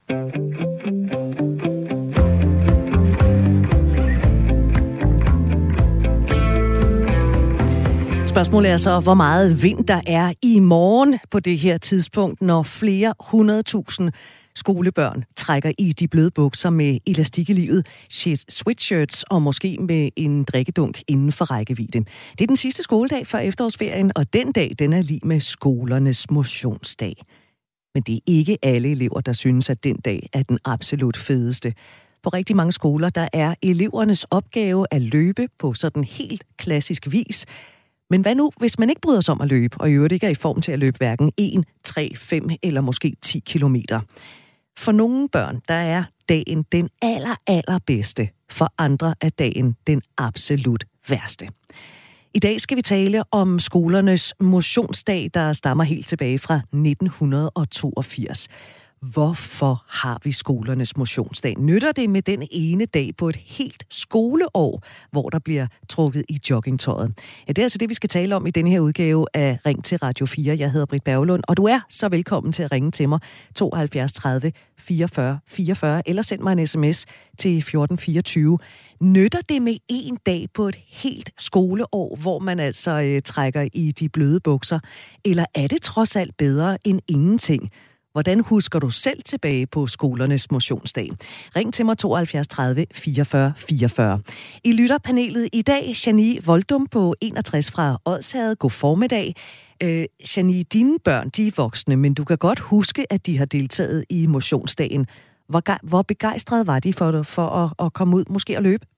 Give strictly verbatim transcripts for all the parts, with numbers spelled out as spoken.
Spørgsmålet er så, hvor meget vind der er i morgen på det her tidspunkt, når flere hundredtusind skolebørn trækker i de bløde bukser med elastik i livet, sweatshirts og måske med en drikkedunk inden for rækkevidde. Det er den sidste skoledag for efterårsferien, og den dag, den er lig med skolernes motionsdag. Men det er ikke alle elever, der synes, at den dag er den absolut fedeste. På rigtig mange skoler, der er elevernes opgave at løbe på sådan helt klassisk vis. Men hvad nu, hvis man ikke bryder sig om at løbe, og i øvrigt ikke er i form til at løbe hverken en, tre, fem eller måske ti kilometer? For nogle børn, der er dagen den aller, allerbedste. For andre er dagen den absolut værste. I dag skal vi tale om skolernes motionsdag, der stammer helt tilbage fra nitten toogfirs. Hvorfor har vi skolernes motionsdag? Nytter det med den ene dag på et helt skoleår, hvor der bliver trukket i joggingtøjet? Ja, det er altså det, vi skal tale om i denne her udgave af Ring til Radio fire. Jeg hedder Britt Berglund, og du er så velkommen til at ringe til mig tooghalvfjerds tredive fireogfyrre fireogfyrre, eller send mig en sms til fjorten fireogtyve. Nytter det med en dag på et helt skoleår, hvor man altså øh, trækker i de bløde bukser? Eller er det trods alt bedre end ingenting? Hvordan husker du selv tilbage på skolernes motionsdag? Ring til mig tooghalvfjerds tredive fireogfyrre fireogfyrre. I lytterpanelet i dag, Janie Voldum på enogtres fra Odsherred. God formiddag. Øh, Janie, dine børn, de er voksne, men du kan godt huske, at de har deltaget i motionsdagen. Hvor, hvor begejstrede var de for, for at, at komme ud, måske at løbe?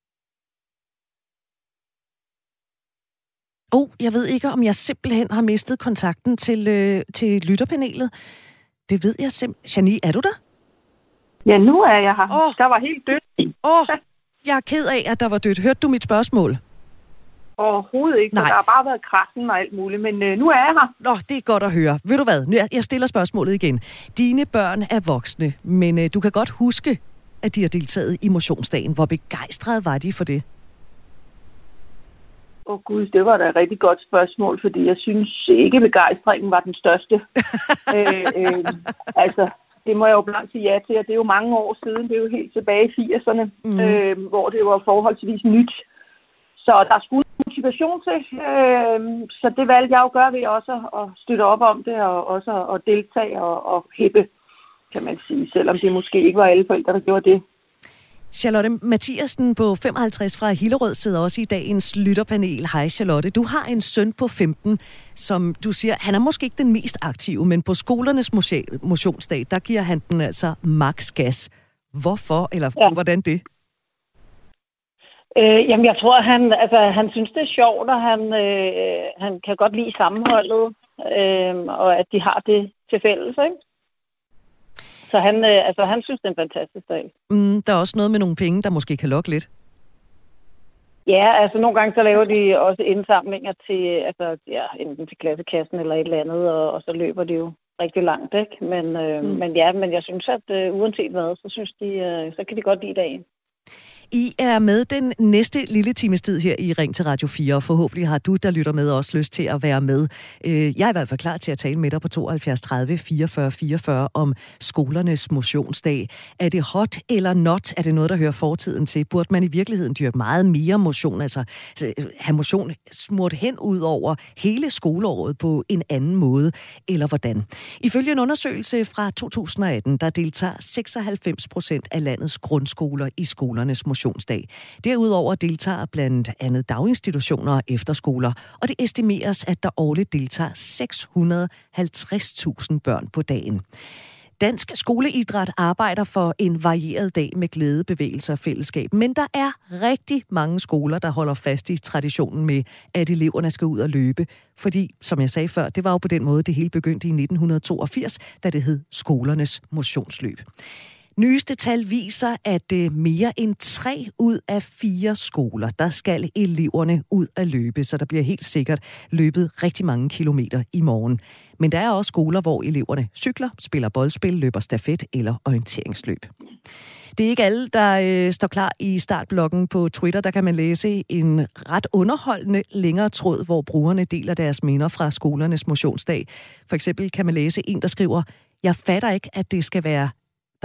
Oh, jeg ved ikke, om jeg simpelthen har mistet kontakten til, øh, til lytterpanelet. Det ved jeg simpelthen. Janie, er du der? Ja, nu er jeg her. Oh. Der var helt dødt. Åh, oh, jeg er ked af, at der var dødt. Hørte du mit spørgsmål? Overhovedet ikke. Nej. Der har bare været krassen og alt muligt, men øh, nu er jeg her. Nå, det er godt at høre. Ved du hvad? Nu, jeg stiller spørgsmålet igen. Dine børn er voksne, men øh, du kan godt huske, at de har deltaget i motionsdagen. Hvor begejstrede var de for det? Åh oh, gud, det var da et rigtig godt spørgsmål, fordi jeg synes ikke, begejstringen var den største. øh, øh, altså, det må jeg jo blankt sige ja til, og det er jo mange år siden. Det er jo helt tilbage i firserne, mm. øh, hvor det var forholdsvis nyt. Så der skulle motivation til, øh, så det valgte jeg jo gøre ved også at støtte op om det, og også at deltage og, og hæppe, kan man sige, selvom det måske ikke var alle forældre, der gjorde det. Charlotte Mathiasen på femoghalvtreds fra Hillerød sidder også i dagens lytterpanel. Hej Charlotte, du har en søn på femten, som du siger, han er måske ikke den mest aktive, men på skolernes motionsdag, der giver han den altså max gas. Hvorfor, eller ja. hvordan det? Øh, jamen jeg tror, han, altså, han synes, det er sjovt, og han, øh, han kan godt lide sammenholdet, øh, og at de har det til fælles, ikke? Så han, øh, altså, han synes, det er en fantastisk dag. Mm, der er også noget med nogle penge, der måske kan lokke lidt. Ja, altså nogle gange så laver de også indsamlinger til, altså, ja, enten til klassekassen eller et eller andet, og, og så løber de jo rigtig langt, ikke? Men, øh, mm. men ja, men jeg synes, at øh, uanset hvad, så synes de, øh, så kan de godt lide dagen. I er med den næste lille times tid her i Ring til Radio fire, og forhåbentlig har du, der lytter med, også lyst til at være med. Jeg er i hvert fald klar til at tale med dig på tooghalvfjerds tredive fireogfyrre fireogfyrre om skolernes motionsdag. Er det hot eller not? Er det noget, der hører fortiden til? Burde man i virkeligheden dyrke meget mere motion, altså have motion smurt hen ud over hele skoleåret på en anden måde, eller hvordan? Ifølge en undersøgelse fra to tusind og atten, der deltager seksoghalvfems procent af landets grundskoler i skolernes motionsdag. Derudover deltager blandt andet daginstitutioner og efterskoler, og det estimeres, at der årligt deltager seks hundrede og halvtreds tusind børn på dagen. Dansk Skoleidræt arbejder for en varieret dag med glæde, bevægelse og fællesskab, men der er rigtig mange skoler, der holder fast i traditionen med, at eleverne skal ud og løbe, fordi, som jeg sagde før, det var jo på den måde, det hele begyndte i nitten toogfirs, da det hed skolernes motionsløb. Nyeste tal viser, at mere end tre ud af fire skoler, der skal eleverne ud at løbe, så der bliver helt sikkert løbet rigtig mange kilometer i morgen. Men der er også skoler, hvor eleverne cykler, spiller boldspil, løber stafet eller orienteringsløb. Det er ikke alle, der øh, står klar i startblokken på Twitter. Der kan man læse en ret underholdende længere tråd, hvor brugerne deler deres minder fra skolernes motionsdag. For eksempel kan man læse en, der skriver, jeg fatter ikke, at det skal være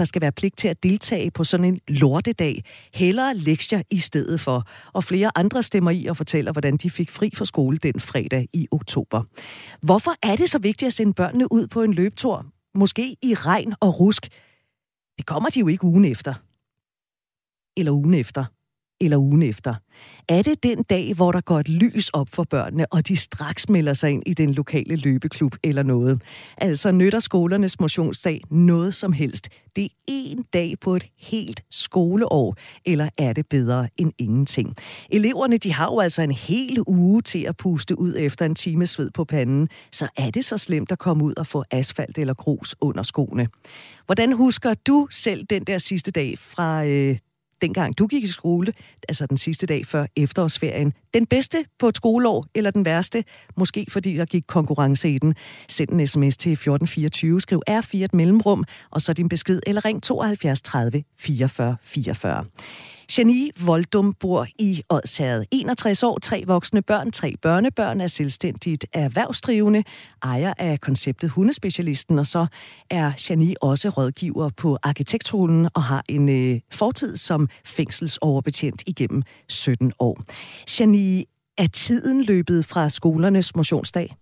der skal være pligt til at deltage på sådan en lortedag. Hellere lektier i stedet for. Og flere andre stemmer i og fortæller, hvordan de fik fri fra skole den fredag i oktober. Hvorfor er det så vigtigt at sende børnene ud på en løbetur? Måske i regn og rusk. Det kommer de jo ikke ugen efter. Eller ugen efter. Eller ugen efter. Er det den dag, hvor der går et lys op for børnene, og de straks melder sig ind i den lokale løbeklub eller noget? Altså nytter skolernes motionsdag noget som helst? Det er en dag på et helt skoleår, eller er det bedre end ingenting? Eleverne, de har jo altså en hel uge til at puste ud efter en times sved på panden, så er det så slemt at komme ud og få asfalt eller grus under skoene. Hvordan husker du selv den der sidste dag fra øh, dengang du gik i skole, altså den sidste dag før efterårsferien? Den bedste på et skoleår, eller den værste? Måske fordi der gik konkurrence i den. Send en sms til fjorten fireogtyve, skriv R fire et mellemrum, og så din besked, eller ring tooghalvfjerds tredive fireogfyrre fireogfyrre. Janie Voldum bor i Odsherred. enogtres år, tre voksne børn, tre børnebørn, er selvstændigt erhvervsdrivende, ejer af konceptet Hundespecialisten, og så er Janie også rådgiver på Arkitektskolen og har en øh, fortid som fængselsoverbetjent igennem sytten år. Janie, er tiden løbet fra skolernes motionsdag?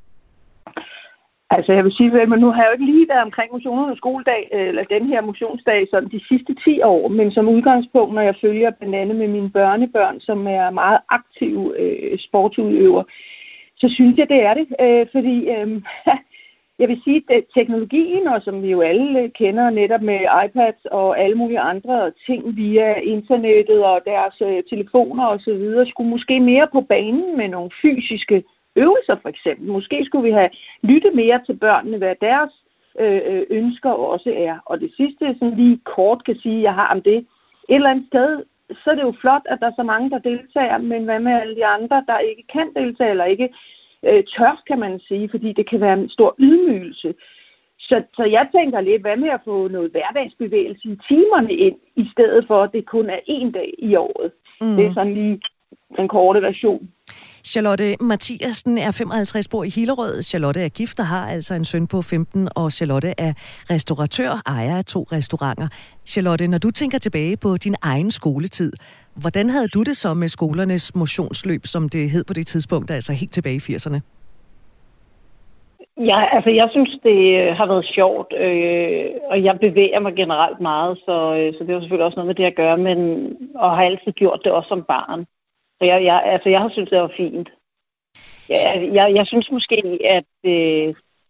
Altså, jeg vil sige, at nu har jeg jo ikke lige været omkring motionernes skoledag, eller den her motionsdag, sådan de sidste ti år, men som udgangspunkt, når jeg følger blandt andet med mine børnebørn, som er meget aktive øh, sportsudøvere, så synes jeg, det er det. Øh, fordi, øh, jeg vil sige, at teknologien, og som vi jo alle kender netop med iPads og alle mulige andre ting via internettet og deres øh, telefoner osv., skulle måske mere på banen med nogle fysiske øvelser for eksempel. Måske skulle vi have lyttet mere til børnene, hvad deres øh, ønsker også er. Og det sidste, som lige kort kan sige, jeg har om det, et eller andet sted, så er det jo flot, at der er så mange, der deltager, men hvad med alle de andre, der ikke kan deltage, eller ikke øh, tør, kan man sige, fordi det kan være en stor ydmygelse. Så, så jeg tænker lidt, hvad med at få noget hverdagsbevægelse i timerne ind, i stedet for, at det kun er én dag i året. Mm. Det er sådan lige den korte version. Charlotte Mathiasen er femoghalvtreds, bor i Hillerød. Charlotte er gift og har altså en søn på femten, og Charlotte er restauratør, ejer af to restauranter. Charlotte, når du tænker tilbage på din egen skoletid, hvordan havde du det så med skolernes motionsløb, som det hed på det tidspunkt, altså helt tilbage i firserne? Ja, altså jeg synes, det har været sjovt, øh, og jeg bevæger mig generelt meget, så, øh, så det har selvfølgelig også noget med det at gøre, men, og har altid gjort det også som barn. Så jeg, jeg, altså jeg har syntes, det var fint. Jeg, jeg, jeg synes måske, at, øh,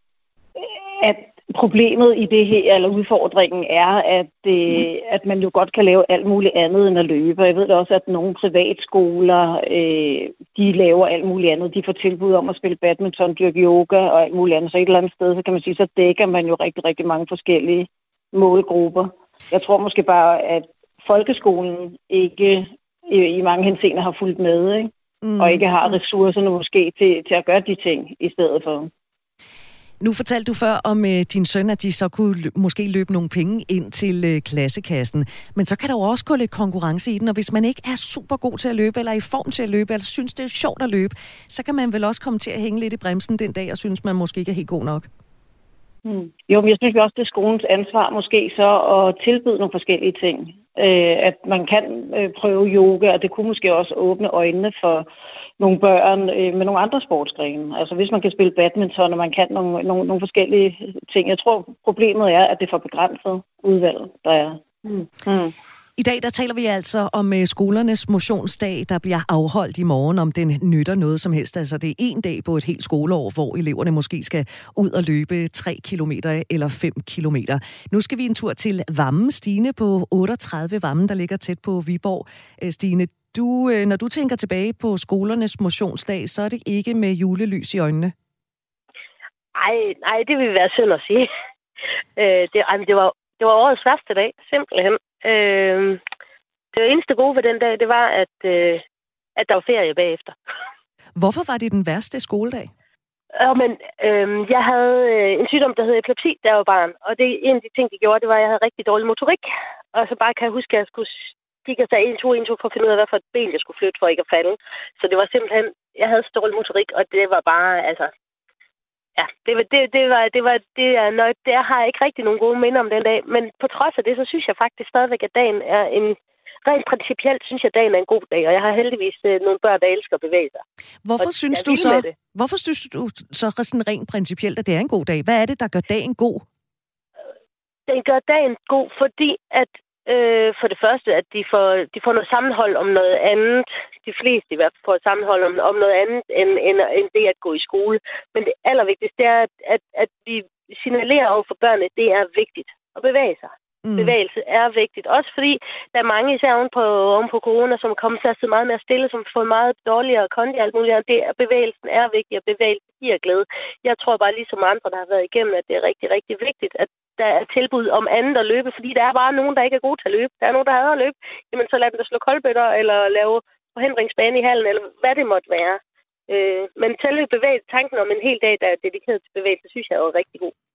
at problemet i det her, eller udfordringen er, at, øh, at man jo godt kan lave alt muligt andet end at løbe. Jeg ved også, at nogle privatskoler, øh, de laver alt muligt andet. De får tilbud om at spille badminton, dyrke yoga og alt muligt andet. Så et eller andet sted, så kan man sige, så dækker man jo rigtig, rigtig mange forskellige målgrupper. Jeg tror måske bare, at folkeskolen ikke i mange henseender har fulgt med, ikke? Mm. Og ikke har ressourcerne måske til, til at gøre de ting i stedet for. Nu fortalte du før om uh, din søn, at de så kunne lø- måske løbe nogle penge ind til uh, klassekassen. Men så kan der jo også gå lidt konkurrence i den, og hvis man ikke er super god til at løbe, eller i form til at løbe, eller synes, det er sjovt at løbe, så kan man vel også komme til at hænge lidt i bremsen den dag, og synes, man måske ikke er helt god nok. Mm. Jo, men jeg synes også, det er skolens ansvar måske så at tilbyde nogle forskellige ting. Øh, at man kan øh, prøve yoga, og det kunne måske også åbne øjnene for nogle børn øh, med nogle andre sportsgrene. Altså hvis man kan spille badminton, og man kan nogle, nogle, nogle forskellige ting. Jeg tror, problemet er, at det er for begrænset udvalg, der er. Mm. Mm. I dag der taler vi altså om uh, skolernes motionsdag, der bliver afholdt i morgen, om den nytter noget som helst. Altså det er en dag på et helt skoleår, hvor eleverne måske skal ud og løbe tre kilometer eller fem kilometer. Nu skal vi en tur til Vammen. Stine på otteogtredive, Vammen, der ligger tæt på Viborg. Uh, Stine, du, uh, når du tænker tilbage på skolernes motionsdag, så er det ikke med julelys i øjnene? Nej, nej, det vil være synd at sige. Uh, det, altså, det, var, det var årets værste dag, simpelthen. Øh, det eneste gode ved den dag, det var, at, øh, at der var ferie bagefter. Hvorfor var det den værste skoledag? Ja, men øh, jeg havde øh, en sygdom, der hed epilepsi, da jeg var barn. Og det en af de ting, jeg gjorde, det var, at jeg havde rigtig dårlig motorik. Og så bare kan jeg huske, at jeg skulle kigge og tage en, to, en, to, for at finde ud af, hvad for et ben, jeg skulle flytte for ikke at falde. Så det var simpelthen, jeg havde så dårlig motorik, og det var bare, altså, ja, det, var, det, det, var, det, var, det er noget, der har jeg ikke rigtig nogen gode minder om den dag. Men på trods af det, så synes jeg faktisk stadigvæk, at dagen er en... Rent principielt synes jeg, at dagen er en god dag, og jeg har heldigvis øh, nogle børn, der elsker at bevæge sig. Hvorfor og synes du så, hvorfor synes du så sådan rent principielt, at det er en god dag? Hvad er det, der gør dagen god? Den gør dagen god, fordi at øh, for det første, at de får, de får noget sammenhold om noget andet. De fleste i hvert fald får sammenhold om, om noget andet, end, end, end det at gå i skole. Men det allervigtigste er, at, at, at vi signalerer over for børnene, at det er vigtigt at bevæge sig. Mm. Bevægelse er vigtigt. Også fordi der er mange, især oven på, oven på corona, som kommer til at sidde meget mere stille, som får meget dårligere kondi og alt muligt. Det er, bevægelsen er vigtig, og bevægelsen giver glæde. Jeg tror bare, ligesom andre, der har været igennem, at det er rigtig, rigtig vigtigt, at der er tilbud om andet at løbe, fordi der er bare nogen, der ikke er gode til at løbe. Der er nogen, der hader at løbe. Jamen, så lad dem da slå koldbøtter, eller lave forhindringsbane i hallen, eller hvad det måtte være. Øh, men selve bevægelse, tanken om en hel dag, der er dedikeret til bevægelse, synes jeg er jo rigtig god.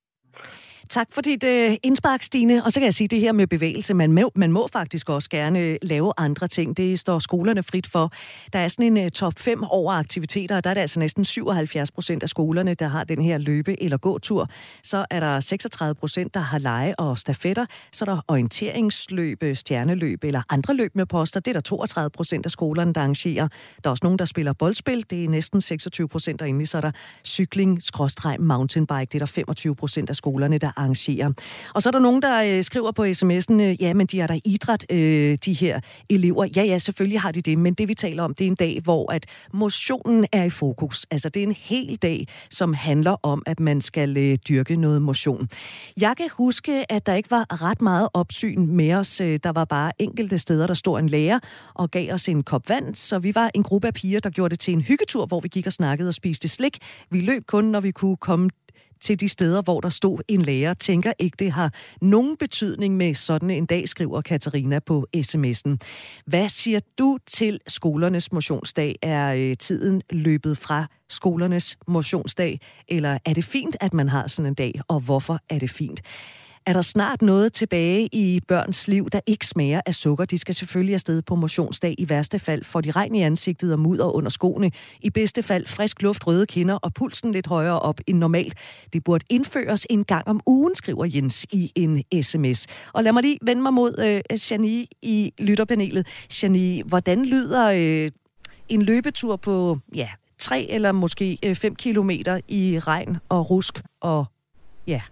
Tak for dit uh, indspark, Stine. Og så kan jeg sige, det her med bevægelse, man må, man må faktisk også gerne lave andre ting. Det står skolerne frit for. Der er sådan en uh, top fem over aktiviteter, og der er det altså næsten syvoghalvfjerds procent af skolerne, der har den her løbe- eller gåtur. Så er der seksogtredive procent, der har lege- og stafetter. Så er der orienteringsløb, stjerneløb eller andre løb med poster. Det er der toogtredive procent af skolerne, der arrangerer. Der er også nogen, der spiller boldspil. Det er næsten seksogtyve procent, og endelig så er der cykling, skråstreg, mountainbike. Det er der femogtyve procent af skolerne, der arrangerer. Og så er der nogen, der øh, skriver på sms'en, øh, ja, men de har der idræt, øh, de her elever. Ja, ja, selvfølgelig har de det, men det vi taler om, det er en dag, hvor at motionen er i fokus. Altså, det er en hel dag, som handler om, at man skal øh, dyrke noget motion. Jeg kan huske, at der ikke var ret meget opsyn med os. Der var bare enkelte steder, der stod en lærer og gav os en kop vand, så vi var en gruppe af piger, der gjorde det til en hyggetur, hvor vi gik og snakkede og spiste slik. Vi løb kun, når vi kunne komme til de steder, hvor der stod en lærer. Tænker ikke, det har nogen betydning med sådan en dag, skriver Katarina på sms'en. Hvad siger du til skolernes motionsdag? Er øh, tiden løbet fra skolernes motionsdag? Eller er det fint, at man har sådan en dag? Og hvorfor er det fint? Er der snart noget tilbage i børns liv, der ikke smager af sukker? De skal selvfølgelig afsted på motionsdag. I værste fald får de regn i ansigtet og mudder under skoene. I bedste fald frisk luft, røde kinder og pulsen lidt højere op end normalt. Det burde indføres en gang om ugen, skriver Jens i en sms. Og lad mig lige vende mig mod øh, Shani i lytterpanelet. Shani, hvordan lyder øh, en løbetur på ja, tre eller måske øh, fem kilometer i regn og rusk og ja...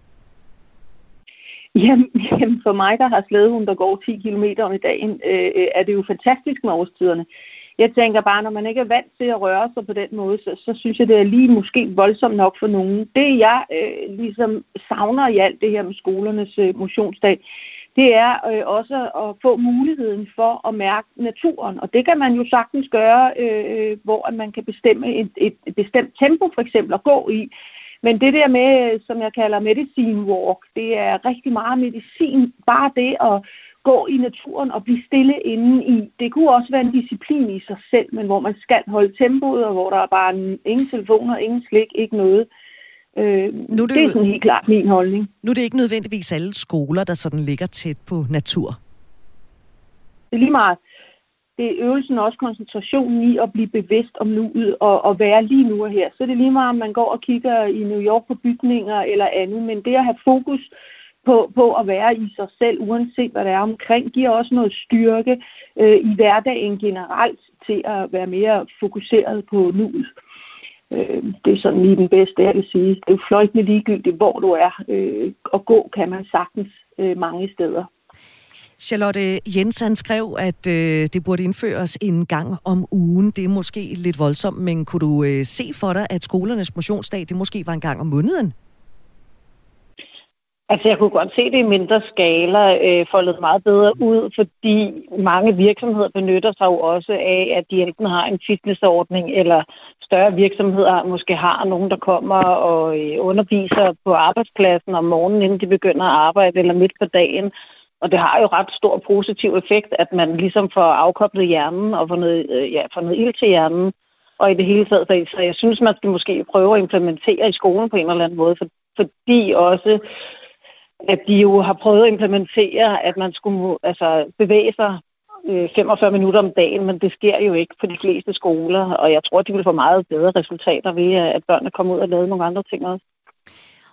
Jamen, jamen, for mig, der har slædehund, der går ti kilometer om i dagen, øh, er det jo fantastisk med årstiderne. Jeg tænker bare, når man ikke er vant til at røre sig på den måde, så, så synes jeg, det er lige måske voldsomt nok for nogen. Det, jeg øh, ligesom savner i alt det her med skolernes øh, motionsdag, det er øh, også at få muligheden for at mærke naturen. Og det kan man jo sagtens gøre, øh, hvor man kan bestemme et, et, et bestemt tempo, for eksempel, at gå i. Men det der med, som jeg kalder medicine walk, det er rigtig meget medicin. Bare det at gå i naturen og blive stille inde i. Det kunne også være en disciplin i sig selv, men hvor man skal holde tempoet, og hvor der er bare ingen telefoner, ingen slik, ikke noget. Øh, nu er det, det er sådan helt klart min holdning. Nu er det ikke nødvendigvis alle skoler, der sådan ligger tæt på natur. Det er lige meget. Det er øvelsen også koncentrationen i at blive bevidst om nuet og, og være lige nu og her. Så det er lige meget, om man går og kigger i New York på bygninger eller andet, men det at have fokus på, på at være i sig selv, uanset hvad der er omkring, giver også noget styrke øh, i hverdagen generelt til at være mere fokuseret på nuet. Øh, det er sådan lige den bedste, jeg vil sige. Det er jo fløjtende ligegyldigt, hvor du er. Øh, og gå kan man sagtens øh, mange steder. Charlotte Jensen skrev, at øh, det burde indføres en gang om ugen. Det er måske lidt voldsomt, men kunne du øh, se for dig, at skolernes motionsdag, det måske var en gang om måneden? Altså, jeg kunne godt se det i mindre skala øh, foldet meget bedre ud, fordi mange virksomheder benytter sig jo også af, at de enten har en fitnessordning, eller større virksomheder måske har nogen, der kommer og øh, underviser på arbejdspladsen om morgenen, inden de begynder at arbejde, eller midt på dagen. Og det har jo ret stor positiv effekt, at man ligesom får afkoblet hjernen og får noget, øh, ja, får noget ild til hjernen. Og i det hele taget, så jeg synes, man skal måske prøve at implementere i skolen på en eller anden måde, for, fordi også, at de jo har prøvet at implementere, at man skulle altså, bevæge sig øh, femogfyrre minutter om dagen, men det sker jo ikke på de fleste skoler, og jeg tror, de vil få meget bedre resultater ved, at børnene kommer ud og laver nogle andre ting også.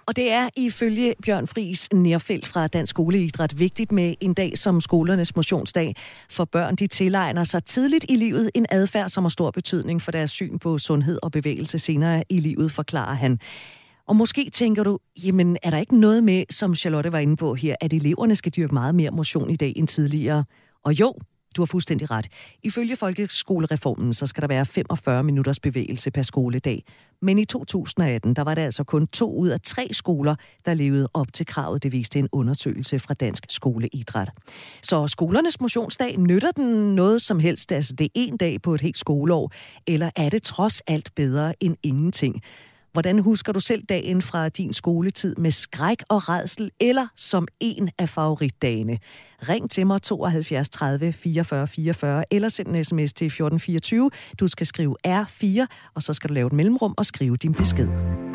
Og det er ifølge Bjørn Friis Nerfeldt fra Dansk Skoleidræt vigtigt med en dag som skolernes motionsdag, for børn de tilegner sig tidligt i livet en adfærd, som har stor betydning for deres syn på sundhed og bevægelse senere i livet, forklarer han. Og måske tænker du, jamen er der ikke noget med, som Charlotte var inde på her, at eleverne skal dyrke meget mere motion i dag end tidligere? Og jo, du har fuldstændig ret. Ifølge folkeskolereformen, så skal der være femogfyrre minutters bevægelse per skoledag. Men i to tusind og atten, der var det altså kun to ud af tre skoler, der levede op til kravet. Det viste en undersøgelse fra Dansk Skoleidræt. Så skolernes motionsdag, nytter den noget som helst? Altså det er en dag på et helt skoleår, eller er det trods alt bedre end ingenting? Hvordan husker du selv dagen fra din skoletid med skræk og rædsel, eller som en af favoritdagene? Ring til mig tooghalvfjerds tredive fireogfyrre fireogfyrre, eller send en sms til fjorten fireogtyve. Du skal skrive R fire, og så skal du lave et mellemrum og skrive din besked.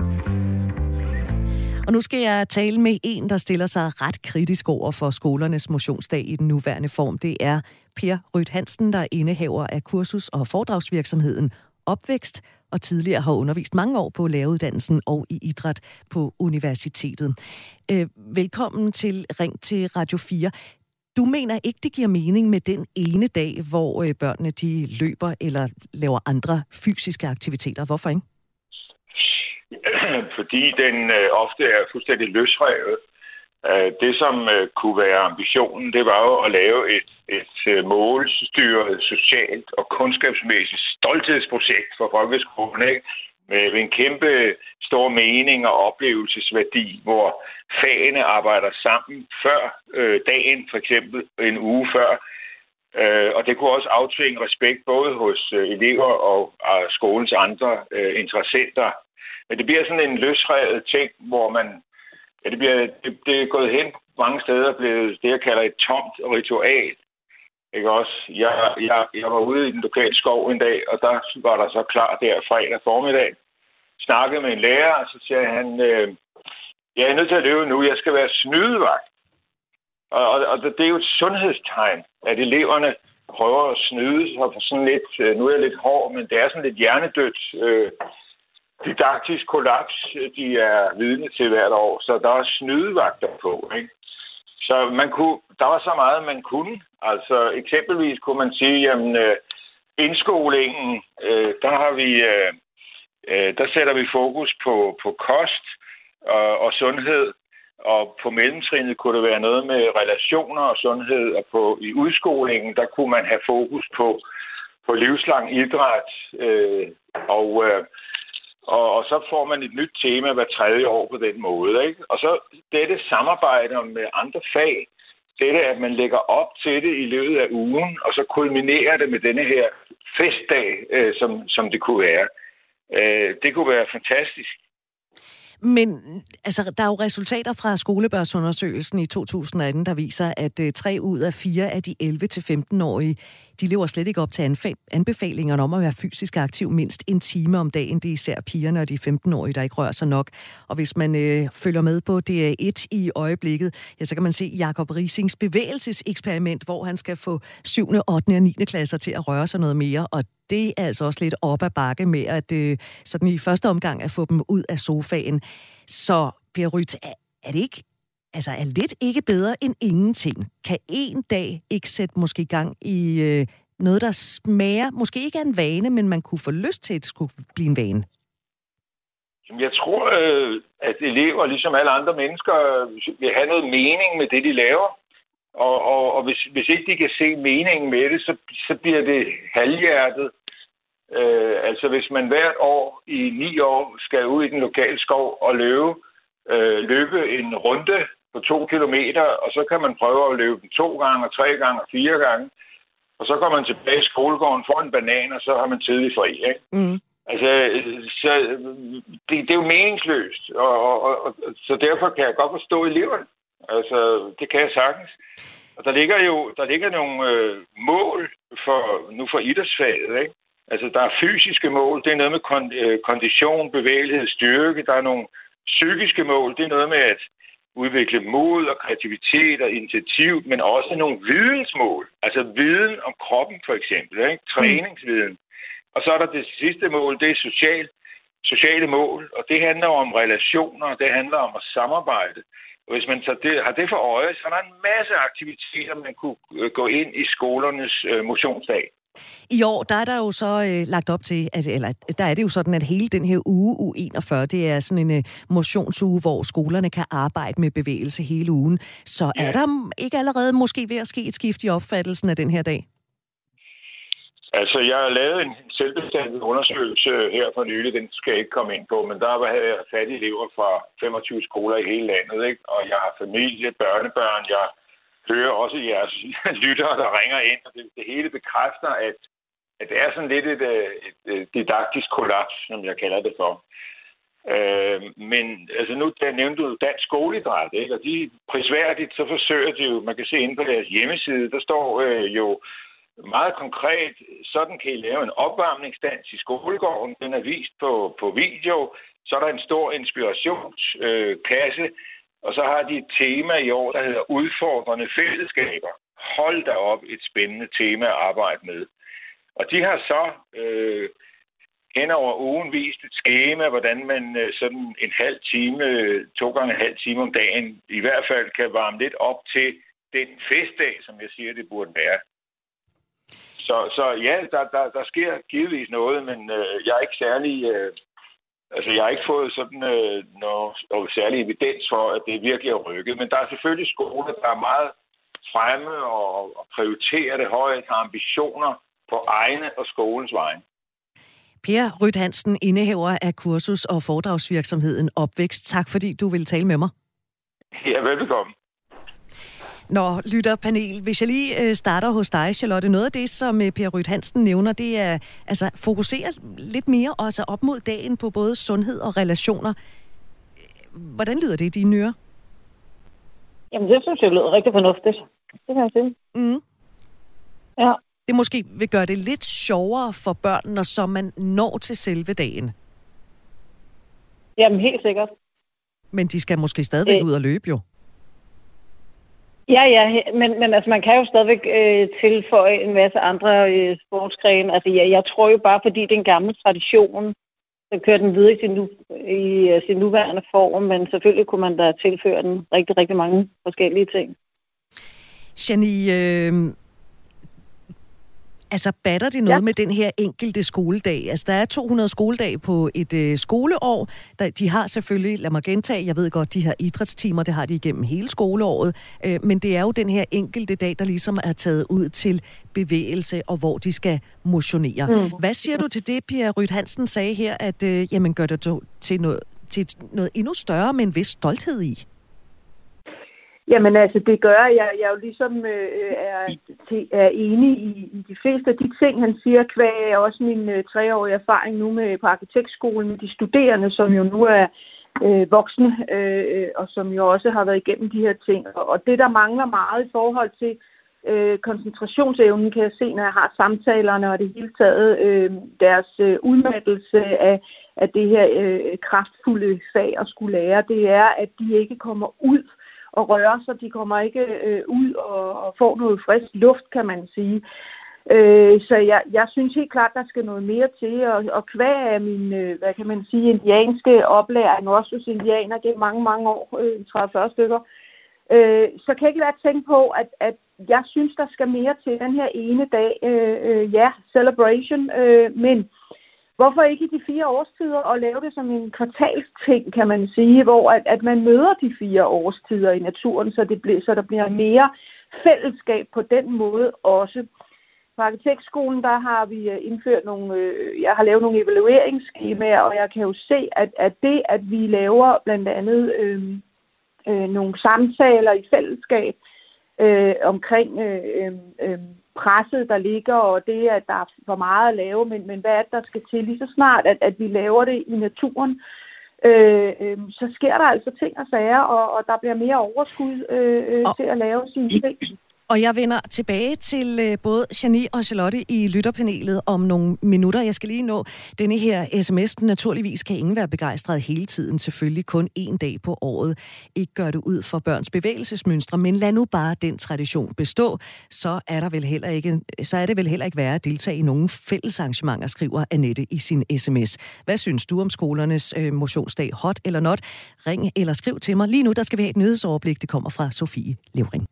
Og nu skal jeg tale med en, der stiller sig ret kritisk over for skolernes motionsdag i den nuværende form. Det er Per Ryt Hansen, der er indehaver af kursus- og foredragsvirksomheden Opvækst, og tidligere har undervist mange år på læreruddannelsen og i idræt på universitetet. Øh, velkommen til Ring til Radio fire. Du mener ikke, det giver mening med den ene dag, hvor øh, børnene de løber eller laver andre fysiske aktiviteter. Hvorfor ikke? Fordi den øh, ofte er fuldstændig løsrevet. Det, som kunne være ambitionen, det var jo at lave et, et målstyret, socialt og kundskabsmæssigt stolthedsprojekt for folkeskolen, ikke? Med en kæmpe stor mening og oplevelsesværdi, hvor fagene arbejder sammen før øh, dagen, for eksempel en uge før. Øh, og det kunne også aftvinge respekt både hos øh, elever og, og skolens andre øh, interessenter. Men det bliver sådan en løsrevet ting, hvor man Ja, det, bliver, det, det er gået hen mange steder, blevet det, jeg kalder et tomt ritual. Ikke også? Jeg, jeg, jeg var ude i den lokale skov en dag, og der var der så klar der fredag formiddag. Snakkede med en lærer, og så siger han, øh, jeg er nødt til at løbe nu, jeg skal være snydevagt. Og, og, og det er jo et sundhedstegn, at eleverne prøver at snyde sig for sådan lidt, øh, nu er jeg lidt hård, men det er sådan lidt hjernedødt, øh, didaktisk kollaps, de er vidne til hvert år, så der er snydevagter på, ikke? Så man kunne, der var så meget, man kunne. Altså eksempelvis kunne man sige, jamen øh, indskolingen, øh, der har vi, øh, øh, der sætter vi fokus på, på kost og, og sundhed, og på mellemtrinnet kunne det være noget med relationer og sundhed, og på i udskolingen, der kunne man have fokus på, på livslang idræt, øh, og øh, Og, og så får man et nyt tema hver tredje år på den måde, ikke? Og så dette samarbejde med andre fag, dette at man lægger op til det i løbet af ugen, og så kulminerer det med denne her festdag, øh, som, som det kunne være. Øh, det kunne være fantastisk. Men altså, der er jo resultater fra skolebørnsundersøgelsen i to tusind og atten, der viser, at øh, tre ud af fire af de elleve til femten-årige, de lever slet ikke op til anf- anbefalingerne om at være fysisk aktiv mindst en time om dagen. Det er især pigerne og de femten-årige, der ikke rører sig nok. Og hvis man øh, følger med på D R et i øjeblikket, ja, så kan man se Jacob Riisings bevægelseseksperiment, hvor han skal få syvende, ottende og niende klasser til at røre sig noget mere. Og det er altså også lidt op ad bakke med, at øh, sådan i første omgang at få dem ud af sofaen. Så Per Ryt, er, er det ikke, altså er lidt ikke bedre end ingenting? Kan en dag ikke sætte måske gang i øh, noget, der smager, måske ikke er en vane, men man kunne få lyst til, at det skulle blive en vane? Jeg tror, at elever, ligesom alle andre mennesker, vil have noget mening med det, de laver. Og, og, og hvis, hvis ikke de kan se meningen med det, så, så bliver det halvhjertet. Øh, altså hvis man hvert år i ni år skal ud i den lokale skov og løbe, øh, løbe en runde på to kilometer, og så kan man prøve at løbe den to gange, tre gange og fire gange. Og så kommer man tilbage i skolegården, får en banan, og så har man tidlig fri, ikke? Mm. Altså, så det, det er jo meningsløst, og, og, og, så derfor kan jeg godt forstå eleverne. Altså, det kan jeg sagtens. Og der ligger jo der ligger nogle øh, mål for, nu for idrætsfaget, ikke? Altså, der er fysiske mål, det er noget med kon- øh, kondition, bevægelighed, styrke. Der er nogle psykiske mål, det er noget med at udvikle mod og kreativitet og initiativ, men også nogle vidensmål. Altså viden om kroppen, for eksempel, ikke? Træningsviden. Og så er der det sidste mål, det er socialt. sociale mål, og det handler om relationer, det handler om at samarbejde. Og hvis man tager det, har det for øje, så er der en masse aktiviteter, man kunne gå ind i skolernes øh, motionsdag. I år, der er der jo så øh, lagt op til, at, eller der er det jo sådan, at hele den her uge, uge enogfyrre, det er sådan en øh, motionsuge, hvor skolerne kan arbejde med bevægelse hele ugen. Så ja. Er der ikke allerede måske ved at ske et skift i opfattelsen af den her dag? Altså, jeg har lavet en selvbestemt undersøgelse her for nylig, den skal jeg ikke komme ind på, men der havde jeg fat i elever fra femogtyve skoler i hele landet, ikke? Og jeg har familie, børnebørn, jeg hører også jeres lyttere, der ringer ind, og det, det hele bekræfter, at, at det er sådan lidt et, et, et didaktisk kollaps, som jeg kalder det for. Øh, men altså nu, der nævnte du dansk skoleidræt, ikke? Og de prisværdigt, så forsøger de jo, man kan se inde på deres hjemmeside, der står øh, jo meget konkret, sådan kan I lave en opvarmningsdans i skolegården. Den er vist på, på video. Så er der en stor inspirationsklasse, øh, og så har de et tema i år, der hedder udfordrende fællesskaber. Hold da op, et spændende tema at arbejde med. Og de har så øh, hen over ugen vist et skema, hvordan man øh, sådan en halv time, to gange en halv time om dagen, i hvert fald kan varme lidt op til den festdag, som jeg siger, det burde være. Så, så ja, der, der, der sker givetvis noget, men øh, jeg er ikke særlig, øh, altså jeg har ikke fået sådan øh, noget, noget særlig evidens for, at det virkelig er rykket. Men der er selvfølgelig skoler, der er meget fremme og, og prioriterer det højt, har ambitioner på egne og skolens vegne. Per Ryt Hansen, indehaver af kursus- og foredragsvirksomheden Opvækst. Tak fordi du ville tale med mig. Ja, velbekomme. Nå, lytterpanel, hvis jeg lige øh, starter hos dig, Charlotte. Noget af det, som øh, Per Ryt Hansen nævner, det er altså fokusere lidt mere også op mod dagen på både sundhed og relationer. Hvordan lyder det i dine ører? Jamen, det synes jeg lyder rigtig fornuftigt. Det kan jeg sige. Mm. Ja. Det måske vil gøre det lidt sjovere for børn, når så man når til selve dagen. Jamen, helt sikkert. Men de skal måske stadigvæk øh. ud og løbe jo. Ja, ja, men, men altså, man kan jo stadigvæk øh, tilføje en masse andre øh, sportsgrene. Altså, ja, jeg tror jo bare, fordi det er en gammel tradition, så kører den videre i sin, nu, i, uh, sin nuværende form, men selvfølgelig kunne man da tilføre den rigtig, rigtig mange forskellige ting. Jenny, øh, altså batter det noget ja. med den her enkelte skoledag? Altså, der er to hundrede skoledage på et øh, skoleår. Der, de har selvfølgelig, lad mig gentage, jeg ved godt, de har idrætstimer, det har de igennem hele skoleåret, øh, men det er jo den her enkelte dag, der ligesom er taget ud til bevægelse, og hvor de skal motionere. Mm. Hvad siger du til det, Per Ryt Hansen sagde her, at øh, jamen, gør det til noget, til noget endnu større, med en vis stolthed i? Jamen altså, det gør jeg. Jeg er jo ligesom øh, er, er enig i, i de fleste af de ting, han siger, kvæg også min øh, treårige erfaring nu med på arkitektskolen med de studerende, som jo nu er øh, voksne, øh, og som jo også har været igennem de her ting. Og, og det, der mangler meget i forhold til øh, koncentrationsevnen, kan jeg se, når jeg har samtalerne og det hele taget øh, deres øh, udmattelse af, af det her øh, kraftfulde fag at skulle lære, det er, at de ikke kommer ud og rører sig. De kommer ikke øh, ud og, og får noget frisk luft, kan man sige. Øh, så jeg, jeg synes helt klart, der skal noget mere til. Og, og kvæg af min, øh, hvad kan man sige, indianske oplæring, også hos indianer gennem mange, mange år, øh, tredive fyrre stykker, øh, så kan jeg ikke lade tænke på, at, at jeg synes, der skal mere til den her ene dag. Øh, øh, ja, celebration, øh, men hvorfor ikke i de fire årstider og lave det som en kvartalsting, kan man sige, hvor at, at man møder de fire årstider i naturen, så, det bliver, så der bliver mere fællesskab på den måde også. På arkitektskolen, der har vi indført nogle, øh, jeg har lavet nogle evalueringsskemaer, og jeg kan jo se, at, at det, at vi laver blandt andet øh, øh, nogle samtaler i fællesskab øh, omkring øh, øh, presset, der ligger, og det, at der er for meget at lave, men, men hvad er det, der skal til lige så snart, at, at vi laver det i naturen, øh, øh, så sker der altså ting og sager, og, og der bliver mere overskud øh, og, til at lave sine ting. Og jeg vender tilbage til både Janie og Charlotte i lytterpanelet om nogle minutter. Jeg skal lige nå denne her sms. Naturligvis kan ingen være begejstret hele tiden. Selvfølgelig kun én dag på året. Ikke gør det ud for børns bevægelsesmønstre, men lad nu bare den tradition bestå. Så er, der vel heller ikke, så er det vel heller ikke værre at deltage i nogle fællesarrangementer, skriver Annette i sin sms. Hvad synes du om skolernes øh, motionsdag? Hot eller not? Ring eller skriv til mig. Lige nu der skal vi have et nyhedsoverblik. Det kommer fra Sofie Levering.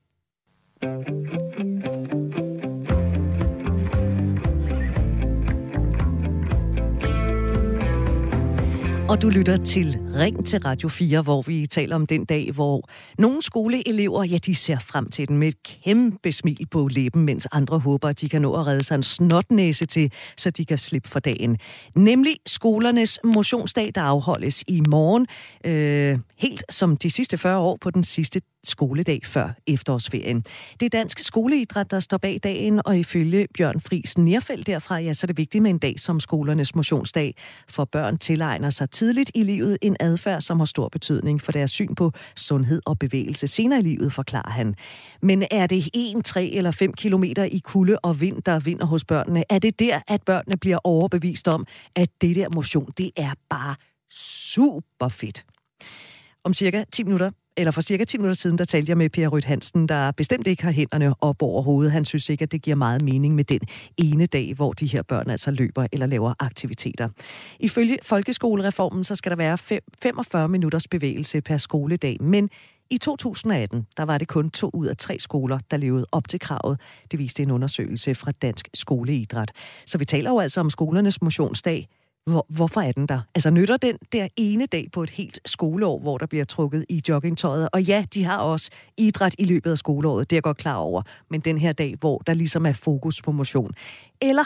Og du lytter til Ring til Radio fire, hvor vi taler om den dag, hvor nogle skoleelever, ja, de ser frem til den med et kæmpe smil på læben, mens andre håber, at de kan nå at redde sig en snotnæse til, så de kan slippe for dagen. Nemlig skolernes motionsdag, der afholdes i morgen, øh, helt som de sidste fyrre år på den sidste skoledag før efterårsferien. Det er Dansk Skoleidræt, der står bag dagen, og ifølge Bjørn Friis Nerfeldt derfra, ja, så er det vigtigt med en dag som skolernes motionsdag, for børn tilegner sig tidligt i livet en adfærd, som har stor betydning for deres syn på sundhed og bevægelse. Senere i livet, forklarer han. Men er det en, tre eller fem kilometer i kulde og vind, der vinder hos børnene? Er det der, at børnene bliver overbevist om, at det der motion, det er bare super fedt? Om cirka ti minutter Eller for cirka ti minutter siden, der talte jeg med Per Ryt Hansen, der bestemt ikke har hænderne op over hovedet. Han synes ikke, at det giver meget mening med den ene dag, hvor de her børn altså løber eller laver aktiviteter. Ifølge folkeskolereformen, så skal der være femogfyrre minutters bevægelse per skoledag, men i to tusind og atten, der var det kun to ud af tre skoler, der levede op til kravet. Det viste en undersøgelse fra Dansk Skoleidræt. Så vi taler jo altså om skolernes motionsdag. Hvor, hvorfor er den der? Altså nytter den der ene dag på et helt skoleår, hvor der bliver trukket i joggingtøjet? Og ja, de har også idræt i løbet af skoleåret, det er jeg godt klar over. Men den her dag, hvor der ligesom er fokus på motion. Eller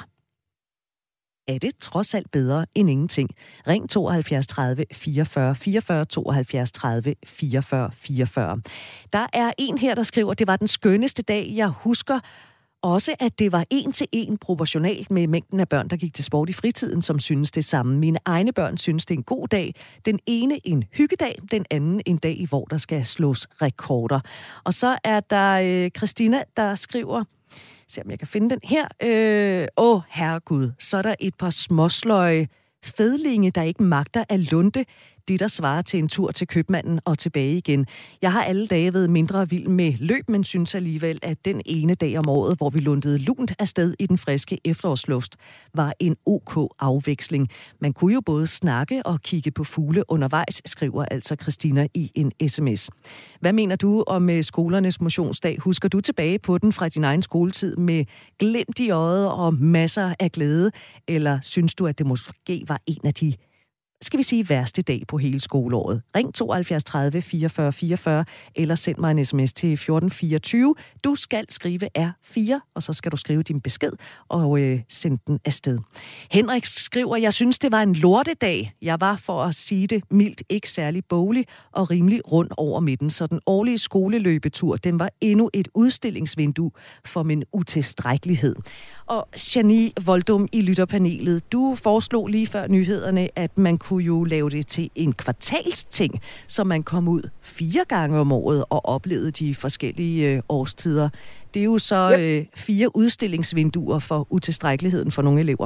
er det trods alt bedre end ingenting? Ring tooghalvfjerds tredive fireogfyrre fireogfyrre, tooghalvfjerds tredive fireogfyrre fireogfyrre. Der er en her, der skriver, det var den skønneste dag, jeg husker. Også at det var en til en proportionalt med mængden af børn, der gik til sport i fritiden, som synes det samme. Mine egne børn synes, det er en god dag. Den ene en hyggedag, den anden en dag, hvor der skal slås rekorder. Og så er der øh, Christina, der skriver, se om jeg kan finde den her. Øh, Åh, herregud, så er der et par småsløje fedlinge, der ikke magter at lunde. Det, der svarer til en tur til købmanden og tilbage igen. Jeg har alle dage været mindre vild med løb, men synes alligevel, at den ene dag om året, hvor vi lundede lunt afsted i den friske efterårsluft, var en ok afveksling. Man kunne jo både snakke og kigge på fugle undervejs, skriver altså Christina i en sms. Hvad mener du om skolernes motionsdag? Husker du tilbage på den fra din egen skoletid med glimt i øjet og masser af glæde? Eller synes du, at det måske var en af de skal vi sige, værste dag på hele skoleåret? Ring tooghalvfjerds tredive fireogfyrre fireogfyrre, eller send mig en sms til fjorten fireogtyve. Du skal skrive R fire, og så skal du skrive din besked og øh, sende den afsted. Henrik skriver, jeg synes, det var en lortedag. Jeg var, for at sige det mildt, ikke særlig boglig og rimelig rund over midten, så den årlige skoleløbetur, den var endnu et udstillingsvindue for min utilstrækkelighed. Og Janie Voldum i lytterpanelet, du foreslog lige før nyhederne, at man kunne jo lave det til en kvartalsting, så man kom ud fire gange om året og oplevede de forskellige øh, årstider. Det er jo så øh, fire udstillingsvinduer for utilstrækkeligheden for nogle elever.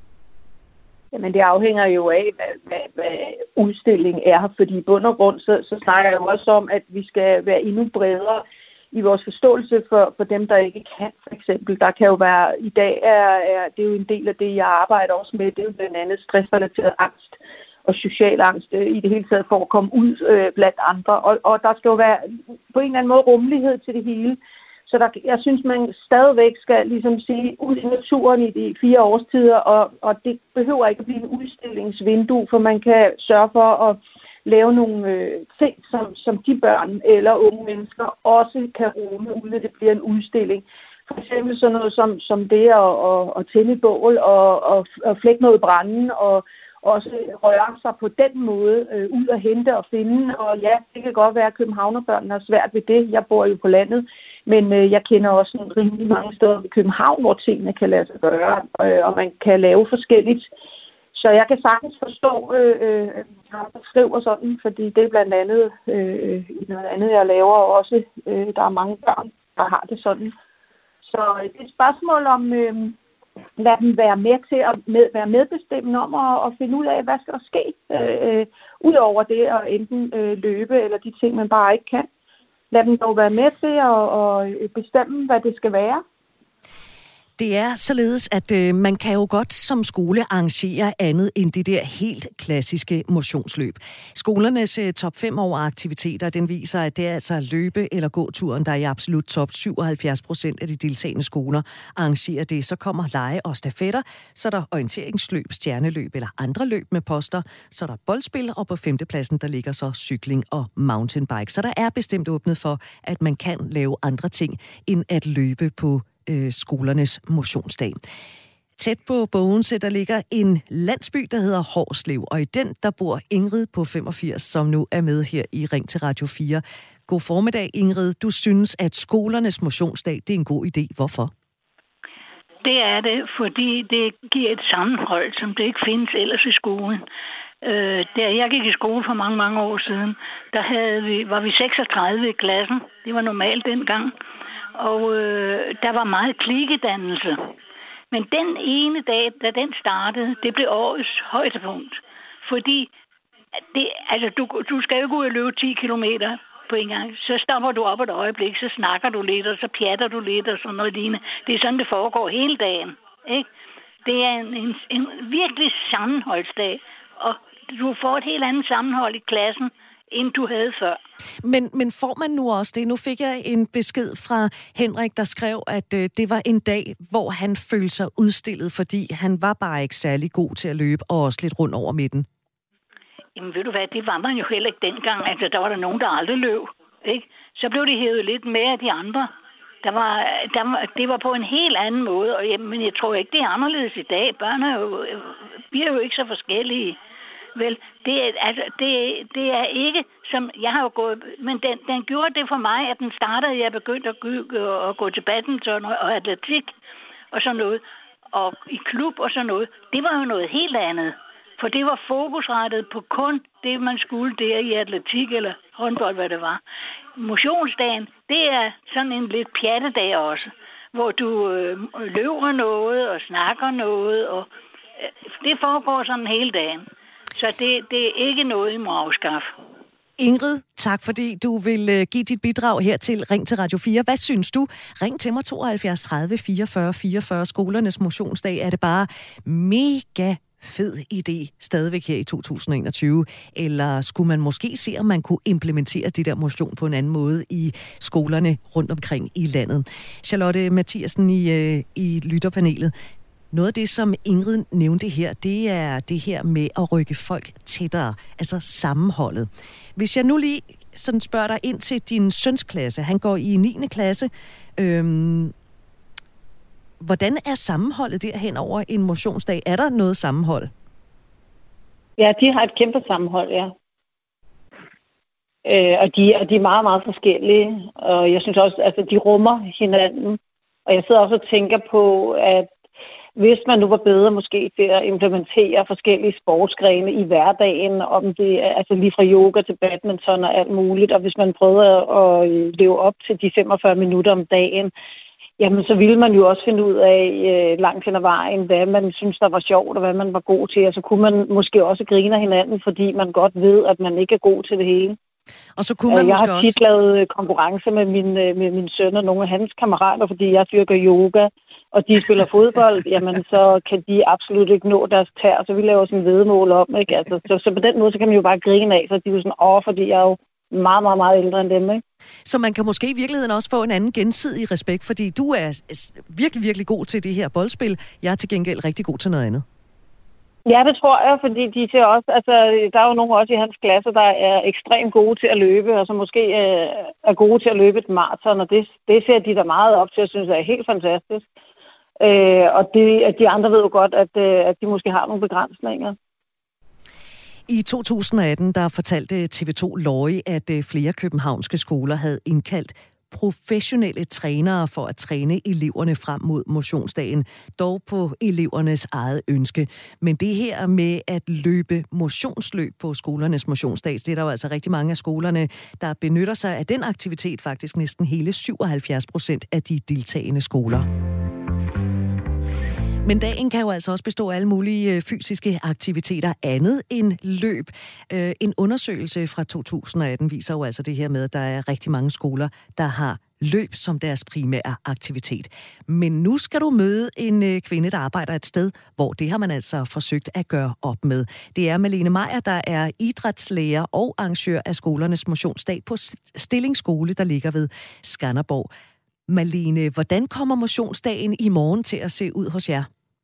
Jamen det afhænger jo af, hvad, hvad, hvad udstilling er, fordi i bund og grund, så, så snakker jeg jo også om, at vi skal være endnu bredere i vores forståelse for, for dem, der ikke kan, for eksempel. Der kan jo være, i dag er, er det er jo en del af det, jeg arbejder også med, det er jo blandt andet stressrelateret angst og social angst øh, i det hele taget for at komme ud øh, blandt andre. Og, og der skal jo være på en eller anden måde rummelighed til det hele. Så der, jeg synes, man stadigvæk skal ligesom sige, ud i naturen i de fire årstider, og, og det behøver ikke at blive en udstillingsvindue, for man kan sørge for at lave nogle øh, ting, som, som de børn eller unge mennesker også kan rumme, uden at det bliver en udstilling. For eksempel sådan noget som, som det at, at, at tænde et bål og, og, og flække noget i branden, og også røre sig på den måde øh, ud og hente og finde. Og ja, det kan godt være, at københavnerbørnene har svært ved det. Jeg bor jo på landet, men øh, jeg kender også en rimelig mange steder i København, hvor tingene kan lade sig gøre, øh, og man kan lave forskelligt. Så jeg kan sagtens forstå, øh, øh, ham der skriver sådan, fordi det er blandt andet øh, i noget andet, jeg laver også. Øh, der er mange børn, der har det sådan. Så det er et spørgsmål om, øh, lad dem være med til at med, være medbestemmende om at, at finde ud af, hvad skal der ske, øh, udover det at enten øh, løbe eller de ting, man bare ikke kan. Lad dem dog være med til at, at bestemme, hvad det skal være. Det er således, at øh, man kan jo godt som skole arrangere andet end det der helt klassiske motionsløb. Skolernes øh, top fem over aktiviteter, den viser, at det er altså løbe- eller gåturen, der er i absolut top. syvoghalvfjerds procent af de deltagende skoler arrangerer det. Så kommer lege og stafetter, så er der orienteringsløb, stjerneløb eller andre løb med poster, så er der boldspil, og på femtepladsen, der ligger så cykling og mountainbike. Så der er bestemt åbnet for, at man kan lave andre ting, end at løbe på skolernes motionsdag. Tæt på Bogense, der ligger en landsby, der hedder Hårslev, og i den, der bor Ingrid på femogfirs, som nu er med her i Ring til Radio fire. God formiddag, Ingrid. Du synes, at skolernes motionsdag, det er en god idé. Hvorfor? Det er det, fordi det giver et sammenhold, som det ikke findes ellers i skolen. Øh, da jeg gik i skole for mange, mange år siden, der havde vi, var vi seksogtredive i klassen. Det var normalt dengang. Og øh, der var meget klikkedannelse. Men den ene dag, da den startede, det blev årets højdepunkt. Fordi det, altså, du, du skal jo ikke ud og løbe ti kilometer på en gang. Så stopper du op et øjeblik, så snakker du lidt, og så pjatter du lidt, og sådan noget lignende. Det er sådan, det foregår hele dagen. Ikke? Det er en, en, en virkelig sammenholdsdag. Og du får et helt andet sammenhold i klassen, end du havde før. Men, men får man nu også det? Nu fik jeg en besked fra Henrik, der skrev, at øh, det var en dag, hvor han følte sig udstillet, fordi han var bare ikke særlig god til at løbe, og også lidt rundt over midten. Jamen ved du hvad, det var man jo heller ikke dengang. Altså, der var der nogen, der aldrig løb. Ikke? Så blev det hævet lidt med af de andre. Der var, der var, det var på en helt anden måde, og, jamen, men jeg tror ikke, det er anderledes i dag. Børn er jo, bliver jo ikke så forskellige. Vel, det er, altså, det, det er ikke, som jeg har jo gået, men den, den gjorde det for mig, at den startede, jeg begyndte at, gå, at gå til badminton og, og atletik og sådan noget, og i klub og sådan noget. Det var jo noget helt andet, for det var fokusrettet på kun det, man skulle der i atletik eller håndbold, hvad det var. Motionsdagen, det er sådan en lidt pjattedag også, hvor du øh, løber noget og snakker noget, og øh, det foregår sådan hele dagen. Så det, det er ikke noget, I må afskaffe. Ingrid, tak fordi du vil uh, give dit bidrag her til Ring til Radio fire. Hvad synes du? Ring til mig tooghalvfjerds tredive fireogfyrre fireogfyrre. Skolernes motionsdag, er det bare mega fed idé stadigvæk her i to tusind og enogtyve? Eller skulle man måske se, om man kunne implementere det der motion på en anden måde i skolerne rundt omkring i landet? Charlotte Mathiasen i, uh, i lytterpanelet. Noget af det, som Ingrid nævnte her, det er det her med at rykke folk tættere, altså sammenholdet. Hvis jeg nu lige sådan spørger dig ind til din søns klasse, han går i niende klasse, øhm, hvordan er sammenholdet derhen over en motionsdag? Er der noget sammenhold? Ja, de har et kæmpe sammenhold, ja. Øh, og, de, og de er meget, meget forskellige, og jeg synes også, altså de rummer hinanden. Og jeg sidder også og tænker på, at hvis man nu var bedre måske til at implementere forskellige sportsgrene i hverdagen, om det er altså lige fra yoga til badminton og alt muligt, og hvis man prøvede at leve op til de femogfyrre minutter om dagen, jamen så ville man jo også finde ud af øh, langt hen ad vejen, hvad man synes, der var sjovt og hvad man var god til, og så kunne man måske også grine af hinanden, fordi man godt ved, at man ikke er god til det hele. Og så kunne man jeg måske har tit også lavet konkurrence med min, med min søn og nogle af hans kammerater, fordi jeg dyrker yoga, og de spiller fodbold, jamen så kan de absolut ikke nå deres tær, så vi laver sådan en væddemål om, ikke? Altså, så, så på den måde, så kan man jo bare grine af, så de er jo sådan, åh, fordi jeg er jo meget, meget, meget ældre end dem, ikke? Så man kan måske i virkeligheden også få en anden gensidig respekt, fordi du er virkelig, virkelig god til det her boldspil. Jeg er til gengæld rigtig god til noget andet. Ja, det tror jeg, fordi de ser også, altså, der er jo nogen også i hans klasse, der er ekstremt gode til at løbe, og som måske øh, er gode til at løbe et maraton, og det, det ser de da meget op til, jeg synes, er helt fantastisk. Øh, og det, de andre ved jo godt, at, øh, at de måske har nogle begrænsninger. I to tusind og atten, der fortalte T V to Lorry, at flere københavnske skoler havde indkaldt professionelle trænere for at træne eleverne frem mod motionsdagen, dog på elevernes eget ønske. Men det her med at løbe motionsløb på skolernes motionsdag, det er der jo altså rigtig mange af skolerne, der benytter sig af den aktivitet, faktisk næsten hele syvoghalvfjerds procent af de deltagende skoler. Men dagen kan jo altså også bestå af alle mulige fysiske aktiviteter andet end løb. En undersøgelse fra to tusind og atten viser jo altså det her med, at der er rigtig mange skoler, der har løb som deres primære aktivitet. Men nu skal du møde en kvinde, der arbejder et sted, hvor det har man altså forsøgt at gøre op med. Det er Malene Meyer, der er idrætslærer og arrangør af skolernes motionsdag på Stilling Skole, der ligger ved Skanderborg. Malene, hvordan kommer motionsdagen i morgen til at se ud hos jer?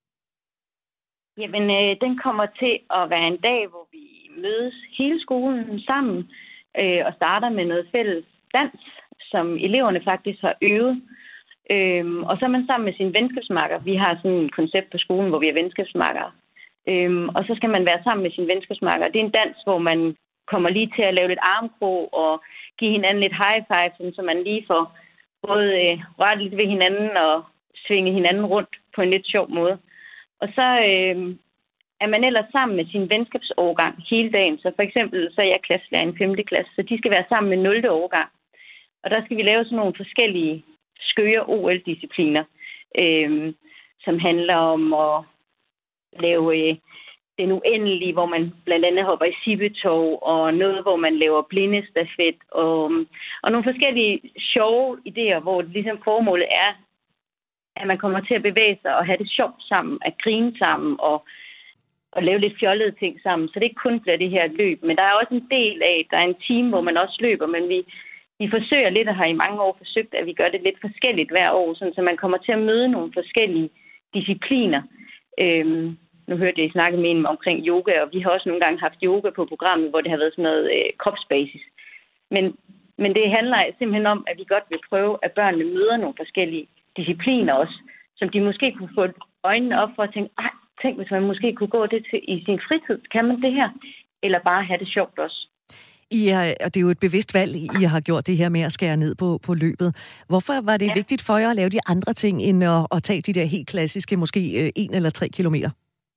Jamen, øh, den kommer til at være en dag, hvor vi mødes hele skolen sammen øh, og starter med noget fælles dans, som eleverne faktisk har øvet. Øhm, og så er man sammen med sine venskabsmakker. Vi har sådan et koncept på skolen, hvor vi er venskabsmakker. Øhm, og så skal man være sammen med sine venskabsmakker. Det er en dans, hvor man kommer lige til at lave lidt armkrog og give hinanden lidt high five, så man lige får både øh, rørt lidt ved hinanden og svinge hinanden rundt på en lidt sjov måde. Og så øh, er man ellers sammen med sin venskabsårgang hele dagen. Så for eksempel så er jeg klasselærer i en femte klasse, så de skal være sammen med nulte årgang. Og der skal vi lave sådan nogle forskellige skøre O L-discipliner, øh, som handler om at lave øh, den uendelige, hvor man blandt andet hopper i sippetov, og noget, hvor man laver blindestafet, og, og nogle forskellige sjove idéer, hvor det ligesom formålet er, at man kommer til at bevæge sig og have det sjovt sammen, at grine sammen og, og lave lidt fjollede ting sammen. Så det ikke kun bliver det her løb, men der er også en del af, der er en team, hvor man også løber, men vi, vi forsøger lidt og har i mange år forsøgt, at vi gør det lidt forskelligt hver år, sådan, så man kommer til at møde nogle forskellige discipliner. Øhm, nu hørte jeg, I snakke med en omkring yoga, og vi har også nogle gange haft yoga på programmet, hvor det har været sådan noget øh, kropsbasis. Men, men det handler simpelthen om, at vi godt vil prøve, at børnene møder nogle forskellige discipliner også, som de måske kunne få øjnene op for at tænke, ej, tænk hvis man måske kunne gå det til i sin fritid, kan man det her? Eller bare have det sjovt også. I er, og det er jo et bevidst valg, I har gjort det her med at skære ned på, på løbet. Hvorfor var det ja. vigtigt for jer at lave de andre ting, end at, at tage de der helt klassiske, måske en eller tre kilometer?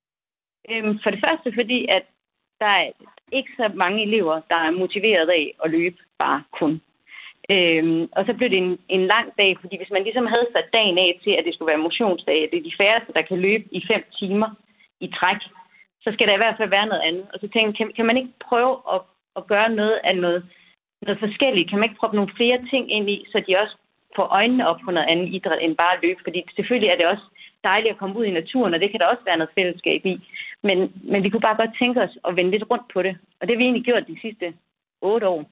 Øhm, for det første, fordi at der er ikke så mange elever, der er motiveret af at løbe bare kun. Øhm, og så blev det en, en lang dag, fordi hvis man ligesom havde sat dagen af til, at det skulle være motionsdag, det er de færreste, der kan løbe i fem timer i træk, så skal der i hvert fald være noget andet. Og så tænkte jeg, kan, kan man ikke prøve at, at gøre noget af noget, noget forskelligt? Kan man ikke proppe nogle flere ting ind i, så de også får øjnene op på noget andet idræt end bare at løbe? Fordi selvfølgelig er det også dejligt at komme ud i naturen, og det kan der også være noget fællesskab i. Men, men vi kunne bare godt tænke os at vende lidt rundt på det. Og det har vi egentlig gjort de sidste otte år.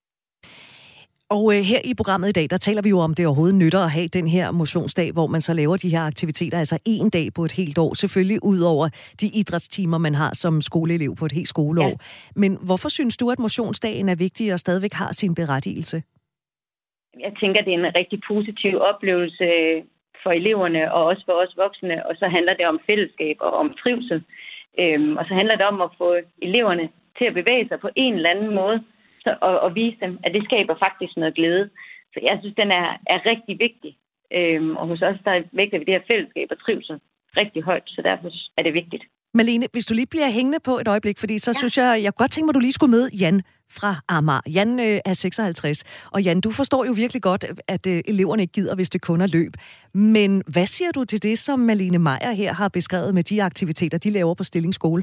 Og øh, her i programmet i dag, der taler vi jo om, det overhovedet nytter at have den her motionsdag, hvor man så laver de her aktiviteter, altså en dag på et helt år. Selvfølgelig ud over de idrætstimer, man har som skoleelev på et helt skoleår. Ja. Men hvorfor synes du, at motionsdagen er vigtig og stadigvæk har sin berettigelse? Jeg tænker, det er en rigtig positiv oplevelse for eleverne og også for os voksne. Og så handler det om fællesskab og om trivsel. Øhm, og så handler det om at få eleverne til at bevæge sig på en eller anden måde, Og, og vise dem, at det skaber faktisk noget glæde. Så jeg synes, den er, er rigtig vigtig. Øhm, og hos os, der vægter vi det her fællesskab og trivsel rigtig højt, så derfor er det vigtigt. Malene, hvis du lige bliver hængende på et øjeblik, fordi så ja. synes jeg, jeg godt tænker mig, at du lige skulle møde Jan fra Amager. Jan øh, er seksoghalvtreds, og Jan, du forstår jo virkelig godt, at øh, eleverne ikke gider, hvis det kun er løb. Men hvad siger du til det, som Malene Meyer her har beskrevet med de aktiviteter, de laver på Stilling Skole?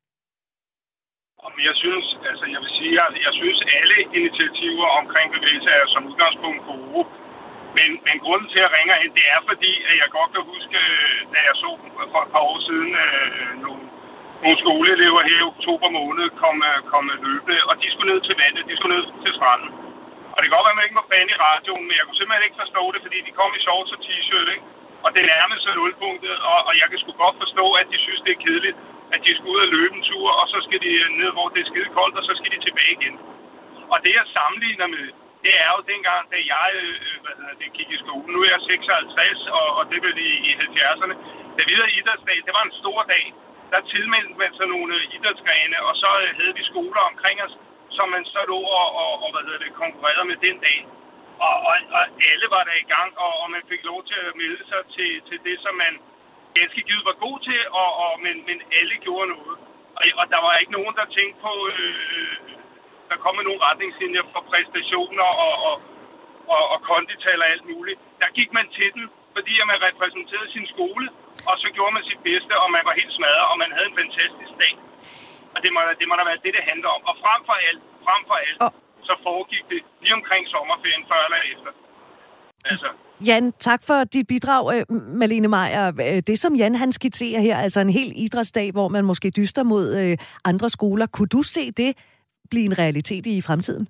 Jeg synes, altså jeg vil sige, at jeg synes, alle initiativer omkring bevægelse er som udgangspunkt gode. Men, men grunden til at ringe ind, det er fordi, at jeg godt kan huske, da jeg så for et par år siden øh, nogle, nogle skoleelever her i oktober måned kom, kom løbende, og de skulle ned til vandet, de skulle ned til stranden. Og det kan godt være, at man ikke må bande i radioen, men jeg kunne simpelthen ikke forstå det, fordi de kom i shorts og t-shirt, ikke? Og det nærmede sig nulpunktet, og, og jeg kan sgu godt forstå, at de synes, det er kedeligt, at de skal ud og løbe en tur, og så skal de ned, hvor det er skide koldt, og så skal de tilbage igen. Og det, jeg sammenligner med, det er jo dengang, da jeg øh, hvad hedder det, gik i skole. Nu er jeg seksoghalvtreds, og, og det var i, i halvfjerdserne. Da vi havde idrætsdag, det var en stor dag. Der tilmeldte man sig nogle idrætsgrene, og så havde vi skoler omkring os, som man så lå og, og, og hvad hedder det, konkurrerede med den dag. Og, og, og alle var der i gang, og, og man fik lov til at melde sig til, til det, som man ganske givet var god til, og, og, men, men alle gjorde noget. Og, og der var ikke nogen, der tænkte på, øh, der kom med nogle retningslinjer for præstationer og, og, og, og kondital og alt muligt. Der gik man til den, fordi man repræsenterede sin skole, og så gjorde man sit bedste, og man var helt smadret, og man havde en fantastisk dag. Og det må, det må da være det, det handler om. Og frem for alt, frem for alt, oh. så foregik det lige omkring sommerferien, før eller efter. Altså. Jan, tak for dit bidrag, Malene Meyer. Det, som Jan han skitserer her, altså en hel idrætsdag, hvor man måske dyster mod øh, andre skoler. Kunne du se det blive en realitet i fremtiden?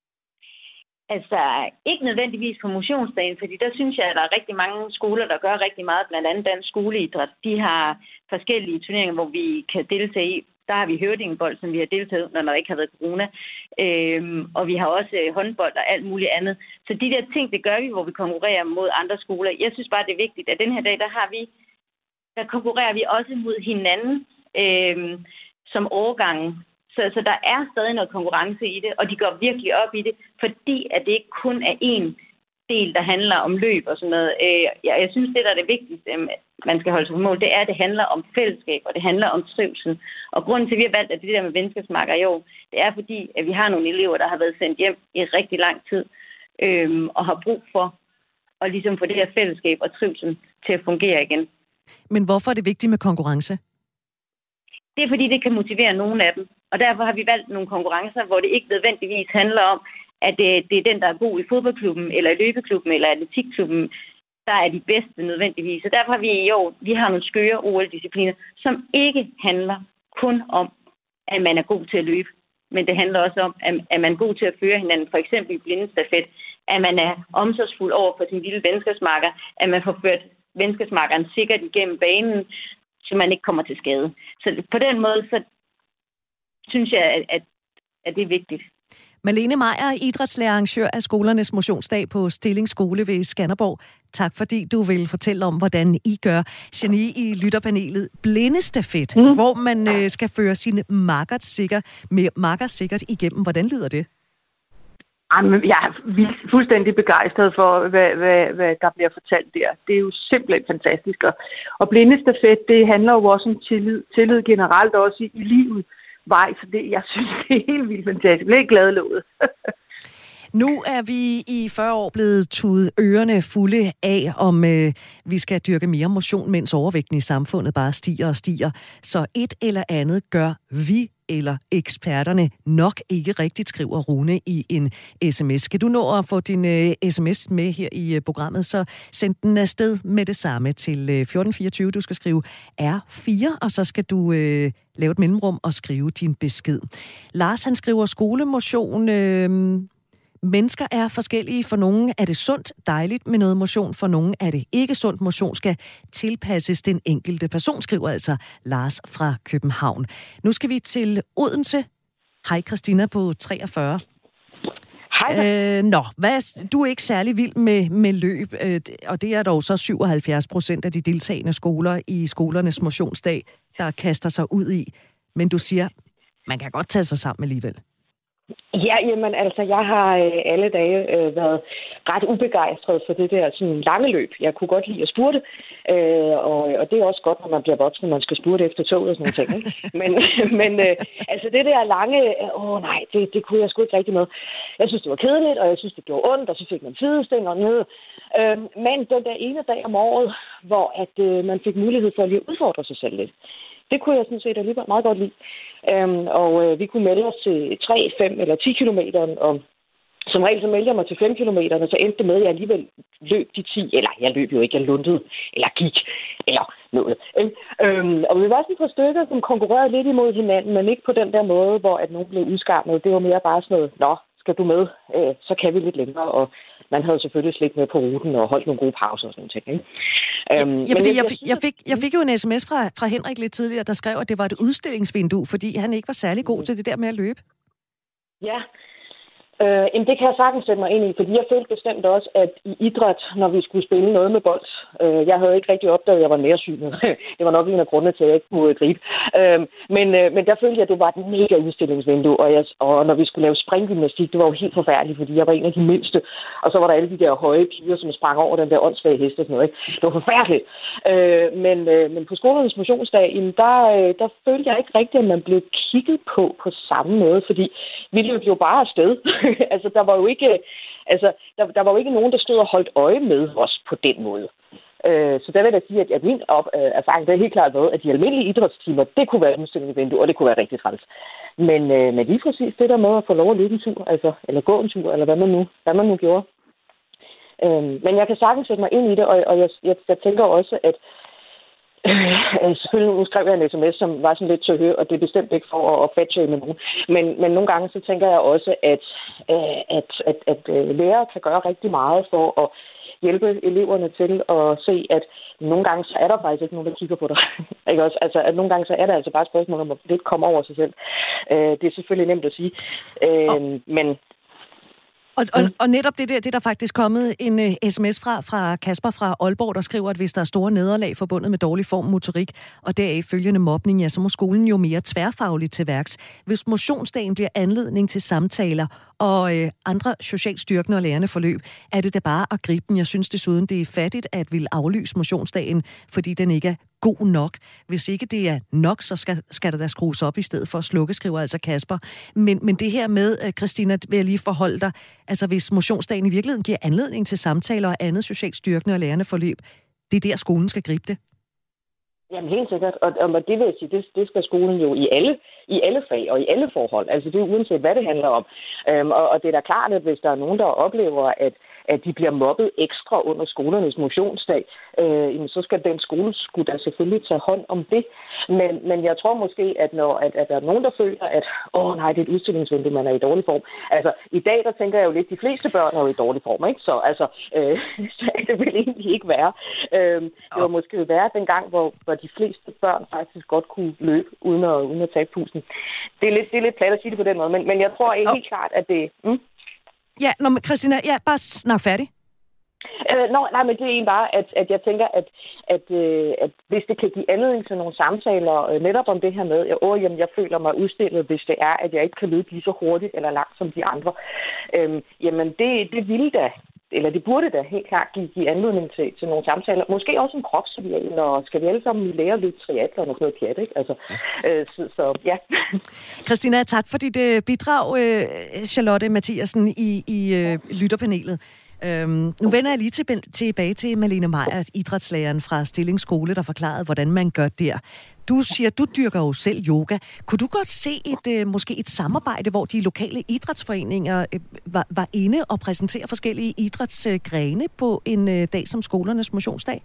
Altså, ikke nødvendigvis på motionsdagen, fordi der synes jeg, at der er rigtig mange skoler, der gør rigtig meget, blandt andet Dansk Skoleidræt. De har forskellige turneringer, hvor vi kan deltage i. Der har vi høvdingebold, som vi har deltaget, når der ikke har været corona. Øhm, og vi har også håndbold og alt muligt andet. Så de der ting, det gør vi, hvor vi konkurrerer mod andre skoler. Jeg synes bare, det er vigtigt, at den her dag, der har vi, der konkurrerer vi også mod hinanden øhm, som årgangen. Så, så der er stadig noget konkurrence i det, og de går virkelig op i det, fordi at det ikke kun er én del, der handler om løb og sådan noget. Øh, jeg, jeg synes, det der er det vigtigste, man skal holde sig på mål, det er, at det handler om fællesskab, og det handler om trivsel. Og grunden til, at vi har valgt, at det der med venskabsmarker i år, det er fordi, at vi har nogle elever, der har været sendt hjem i rigtig lang tid, øh, og har brug for at ligesom få det her fællesskab og trivsel til at fungere igen. Men hvorfor er det vigtigt med konkurrence? Det er fordi, det kan motivere nogle af dem. Og derfor har vi valgt nogle konkurrencer, hvor det ikke nødvendigvis handler om, at det, det er den, der er god i fodboldklubben, eller i løbeklubben, eller atletikklubben, der er de bedste nødvendigvis. Og derfor har vi i år, vi har nogle skøre O L-discipliner, som ikke handler kun om, at man er god til at løbe. Men det handler også om, at man er god til at føre hinanden. For eksempel i blindestafet, at man er omsorgsfuld over for sin lille venskabsmarker, at man får ført venskabsmarkeren sikkert igennem banen, så man ikke kommer til skade. Så på den måde, så synes jeg, at, at det er vigtigt. Malene Meyer, idrætslærer, arrangør af skolernes motionsdag på Stilling Skole ved Skanderborg. Tak fordi du vil fortælle om, hvordan I gør. Janine i lytterpanelet, blindestafet, mm. hvor man øh, skal føre sin marker sikkert, med marker sikkert igennem. Hvordan lyder det? Jamen, jeg er fuldstændig begejstret for, hvad, hvad, hvad der bliver fortalt der. Det er jo simpelthen fantastisk. Og blindestafet, det handler jo også om tillid, tillid generelt også i, i livet. Vej, så det, jeg synes, det er helt vildt fantastisk. Jeg bliver glad lovet. Nu er vi i fyrre år blevet tudet ørerne fulde af, om øh, vi skal dyrke mere motion, mens overvægten i samfundet bare stiger og stiger. Så et eller andet gør vi eller eksperterne nok ikke rigtigt, skriver Rune i en sms. Skal du nå at få din øh, sms med her i øh, programmet, så send den afsted med det samme til øh, fjorten fireogtyve. Du skal skrive R fire, og så skal du øh, lave et mellemrum og skrive din besked. Lars, han skriver skolemotion. Øh, Mennesker er forskellige. For nogen er det sundt, dejligt med noget motion. For nogen er det ikke sundt. Motion skal tilpasses den enkelte person, skriver altså Lars fra København. Nu skal vi til Odense. Hej Christina på treogfyrre. Hej. Øh, nå, hvad, du er ikke særlig vild med, med løb, øh, og det er dog så syvoghalvfjerds procent af de deltagende skoler i skolernes motionsdag, der kaster sig ud i. Men du siger, man kan godt tage sig sammen alligevel. Ja, jamen altså, jeg har øh, alle dage øh, været ret ubegejstret for det der sådan lange løb. Jeg kunne godt lide at spurte, øh, og, og det er også godt, når man bliver voksen, når man skal spurte efter toget og sådan nogle ting. Ikke? Men, men øh, altså det der lange, øh, åh nej, det, det kunne jeg sgu ikke rigtig med. Jeg synes, det var kedeligt, og jeg synes, det gjorde ondt, og så fik man sidestænger ned. Øh, men den der ene dag om året, hvor at, øh, man fik mulighed for at lige udfordre sig selv lidt, det kunne jeg sådan set alligevel meget godt lide. Øhm, og øh, vi kunne melde os til tre, fem eller ti kilometer, og som regel så meldte jeg mig til fem kilometer, og så endte det med, at jeg alligevel løb de ti, eller jeg løb jo ikke, jeg lundede, eller gik, eller noget. Øhm, og vi var sådan et par stykker, som konkurrerede lidt imod hinanden, men ikke på den der måde, hvor at nogen blev udskammet. Det var mere bare sådan noget, nå, skal du med, øh, så kan vi lidt længere, og man havde selvfølgelig slet med på ruten og holdt nogle gode pauser og sådan noget. Ikke? Øhm, ja, fordi jeg, jeg, jeg, fik, jeg fik jo en sms fra, fra Henrik lidt tidligere, der skrev, at det var et udstillingsvindue, fordi han ikke var særlig god til det der med at løbe. Ja, Øh, jamen det kan jeg sagtens sætte mig ind i, fordi jeg følte bestemt også, at i idræt, når vi skulle spille noget med bold, øh, jeg havde ikke rigtig opdaget, at jeg var nærsynet. Det var nok en af grundene til, at jeg ikke kunne gribe. Øh, men, øh, men der følte jeg, at det var et mega udstillingsvindue, og, jeg, og når vi skulle lave springgymnastik, det var jo helt forfærdeligt, fordi jeg var en af de mindste, og så var der alle de der høje piger, som sprang over den der åndssvage hest og sådan noget. Ikke? Det var forfærdeligt. Øh, men, øh, men på skolernes motionsdag, der, øh, der følte jeg ikke rigtigt, at man blev kigget på på samme måde, fordi vi løb jo bare afsted. altså, der var jo ikke, altså, der, der var jo ikke nogen, der stod og holdt øje med os på den måde. Øh, så der vil jeg sige, at, at min op, øh, erfaring, det er helt klart noget, at de almindelige idrætstimer, det kunne være et udstillingsvindue, og det kunne være rigtig træls. Men, øh, men lige præcis det der med at få lov at løbe en tur, altså, eller gå en tur, eller hvad man nu, hvad man nu gjorde. Øh, men jeg kan sagtens sætte mig ind i det, og, og jeg, jeg, jeg tænker også, at Øh, selvfølgelig, nu skrev jeg en sms, som var sådan lidt til at høre, og det er bestemt ikke for at, at fetche med nogen. Men, men nogle gange så tænker jeg også, at, at, at, at, at lærere kan gøre rigtig meget for at hjælpe eleverne til at se, at nogle gange så er der faktisk ikke nogen, der kigger på dig. Ikke også? Altså, at nogle gange så er der altså bare et spørgsmål om at lidt komme over sig selv. Øh, det er selvfølgelig nemt at sige, øh, oh. men... Og, og, og netop det der, det er der faktisk kommet en uh, sms fra, fra Kasper fra Aalborg, der skriver, at hvis der er store nederlag forbundet med dårlig form, motorik og deraf følgende mobning, ja, så må skolen jo mere tværfagligt til værks. Hvis motionsdagen bliver anledning til samtaler og øh, andre socialt styrkende og lærende forløb, er det da bare at gribe den. Jeg synes desuden, det er fattigt at ville aflyse motionsdagen, fordi den ikke er god nok. Hvis ikke det er nok, så skal, skal der da skrues op i stedet for at slukke, skriver altså Kasper. Men, men det her med, Christina, vil jeg lige forholde dig, altså hvis motionsdagen i virkeligheden giver anledning til samtaler og andet socialt styrkende og lærende forløb, det er der, skolen skal gribe det. Jamen helt sikkert, og, og det vil jeg sige, det, det skal skolen jo i alle, i alle fag og i alle forhold. Altså det er uanset, hvad det handler om. Øhm, og, og det er da klart, at hvis der er nogen, der oplever, at, at de bliver mobbet ekstra under skolernes motionsdag, øh, så skal den skole skulle da selvfølgelig tage hånd om det. Men, men jeg tror måske, at når at, at der er nogen, der føler, at åh nej, det er et udstillingsvindue, man er i dårlig form. Altså i dag, der tænker jeg jo lidt, de fleste børn er jo i dårlig form, ikke? Så altså, øh, så det vil egentlig ikke være. Øh, det var måske være den gang, hvor, hvor de fleste børn faktisk godt kunne løbe uden at, uden at tabe pusten. Det er lidt, det er lidt plat at sige det på den måde, men, men jeg tror helt klart, at det... Mm? Ja, nå, men Christina, ja, bare snak færdig. Øh, no, nej, men det er egentlig bare, at, at jeg tænker, at, at, øh, at hvis det kan give anledning til nogle samtaler øh, netop om det her med, at åh, jamen, jeg føler mig udstillet, hvis det er, at jeg ikke kan løbe lige så hurtigt eller langt som de andre, øh, jamen det, det ville da, eller det burde da helt klart give, give anledning til, til nogle samtaler. Måske også en kropsvial, og skal vi alle sammen lære at løbe triathlon og sådan noget pjat, ikke? Altså, yes. øh, så, så ja. Christina, tak for dit øh, bidrag, øh, Charlotte Mathiasen, i, i øh, lytterpanelet. Øhm, nu vender jeg lige til, tilbage til Malene Meyer, idrætslæreren fra Stilling Skole, der forklarede, hvordan man gør der. Du siger, du dyrker jo selv yoga. Kunne du godt se et øh, måske et samarbejde, hvor de lokale idrætsforeninger øh, var, var inde og præsentere forskellige idrætsgrene på en øh, dag som skolernes motionsdag?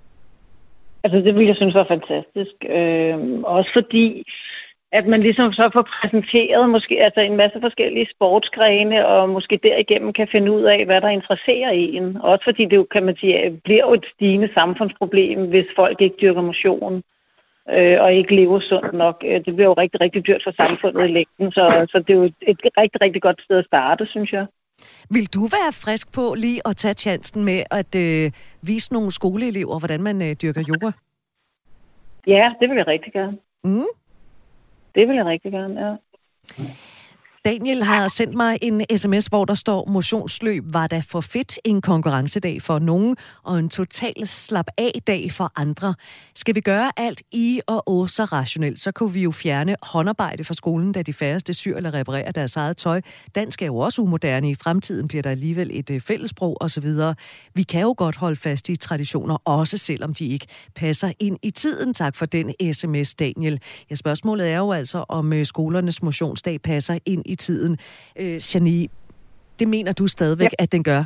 Altså, det ville jeg synes var fantastisk. Øh, også fordi at man ligesom så får præsenteret måske altså en masse forskellige sportsgrene, og måske derigennem kan finde ud af, hvad der interesserer en. Også fordi det jo, kan man sige, bliver jo et stigende samfundsproblem, hvis folk ikke dyrker motion øh, og ikke lever sundt nok. Det bliver jo rigtig, rigtig dyrt for samfundet i længden, så, så det er jo et, et rigtig, rigtig godt sted at starte, synes jeg. Vil du være frisk på lige at tage chancen med at øh, vise nogle skoleelever, hvordan man øh, dyrker yoga? Ja, det vil jeg rigtig gerne. Mm. Det vil jeg rigtig gerne, ja. Daniel har sendt mig en sms, hvor der står, motionsløb var da for fedt, en konkurrencedag for nogen, og en total slap-af-dag for andre. Skal vi gøre alt i og å så rationelt, så kunne vi jo fjerne håndarbejde fra skolen, da de færreste syr eller reparerer deres eget tøj. Dansk er jo også umoderne. I fremtiden bliver der alligevel et fællesprog osv. Vi kan jo godt holde fast i traditioner, også selvom de ikke passer ind i tiden. Tak for den sms, Daniel. Ja, spørgsmålet er jo altså, om skolernes motionsdag passer ind i tiden. Øh, Janie, det mener du stadigvæk, ja. At den gør?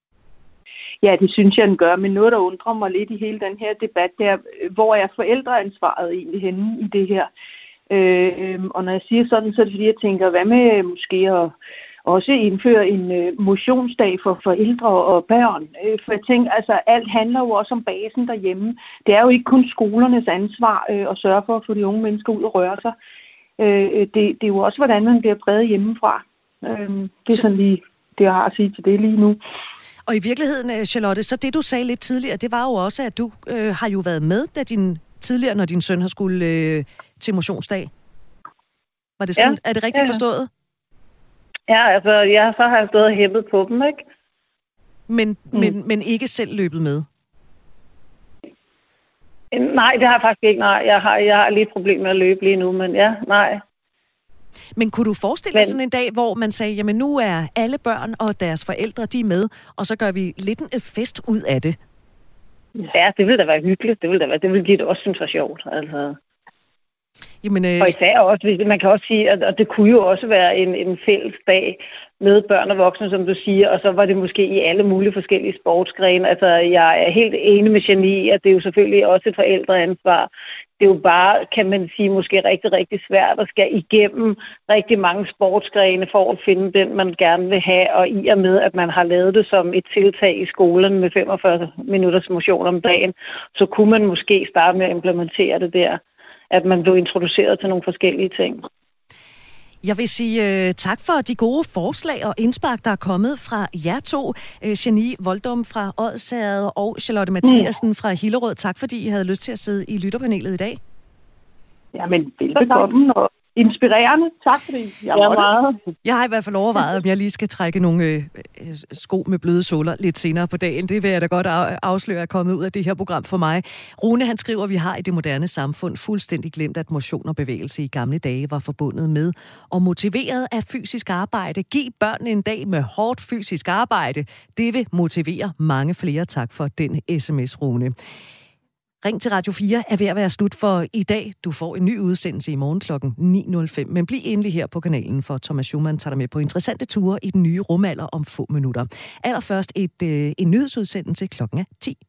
Ja, det synes jeg, den gør, men noget, der undrer mig lidt i hele den her debat, det er, hvor er forældreansvaret egentlig henne i det her? Øh, og når jeg siger sådan, så er det fordi, jeg tænker, hvad med måske at også indføre en øh, motionsdag for forældre og børn? Øh, for jeg tænker, altså alt handler jo også om basen derhjemme. Det er jo ikke kun skolernes ansvar øh, at sørge for at få de unge mennesker ud og røre sig. Det, det er jo også, hvordan man bliver præget hjemmefra. Øhm, det er sådan lige det, jeg har at sige til det lige nu. Og i virkeligheden, Charlotte, så det du sagde lidt tidligere, det var jo også, at du øh, har jo været med, da din tidligere, når din søn har skulle øh, til motionsdag. Var det sådan, ja. Er det rigtigt ja. forstået? Ja, altså, jeg så har jeg stået og hæppet på dem, ikke? Men, mm. men, men ikke selv løbet med? Nej, det har jeg faktisk ikke. Nej, jeg har, jeg har lige et problem med at løbe lige nu, men ja, nej. Men kunne du forestille dig men... sådan en dag, hvor man sagde, jamen nu er alle børn og deres forældre, de er med, og så gør vi lidt en fest ud af det? Ja, det ville da være hyggeligt. Det ville da være, det ville give det også synes var sjovt, altså. Jamen, øh... Og især også, hvis man kan også sige, at det kunne jo også være en, en fælles dag med børn og voksne, som du siger, og så var det måske i alle mulige forskellige sportsgrene. Altså, jeg er helt enig med Jenny, at det er jo selvfølgelig også et forældreansvar. Det er jo bare, kan man sige, måske rigtig, rigtig svært at skal igennem rigtig mange sportsgrene for at finde den, man gerne vil have, og i og med, at man har lavet det som et tiltag i skolen med femogfyrre minutters motion om dagen, så kunne man måske starte med at implementere det der, at man blev introduceret til nogle forskellige ting. Jeg vil sige uh, tak for de gode forslag og indspark, der er kommet fra jer to. Uh, Jenny Voldum fra Odsherred og Charlotte Mathiasen mm. fra Hillerød. Tak, fordi I havde lyst til at sidde i lytterpanelet i dag. Jamen, velbekomme og inspirerende. Tak, fordi jeg var meget. Jeg har i hvert fald overvejet, om jeg lige skal trække nogle øh, sko med bløde såler lidt senere på dagen. Det vil jeg da godt afsløre er kommet ud af det her program for mig. Rune, han skriver, at vi har i det moderne samfund fuldstændig glemt, at motion og bevægelse i gamle dage var forbundet med og motiveret af fysisk arbejde. Giv børnene en dag med hårdt fysisk arbejde. Det vil motivere mange flere. Tak for den sms, Rune. Ring til Radio fire er ved at være slut for i dag. Du får en ny udsendelse i morgen klokken ni nul fem. Men bliv endelig her på kanalen, for Thomas Schumann tager dig med på interessante ture i den nye rumalder om få minutter. Allerførst et, øh, en nyhedsudsendelse klokken ti.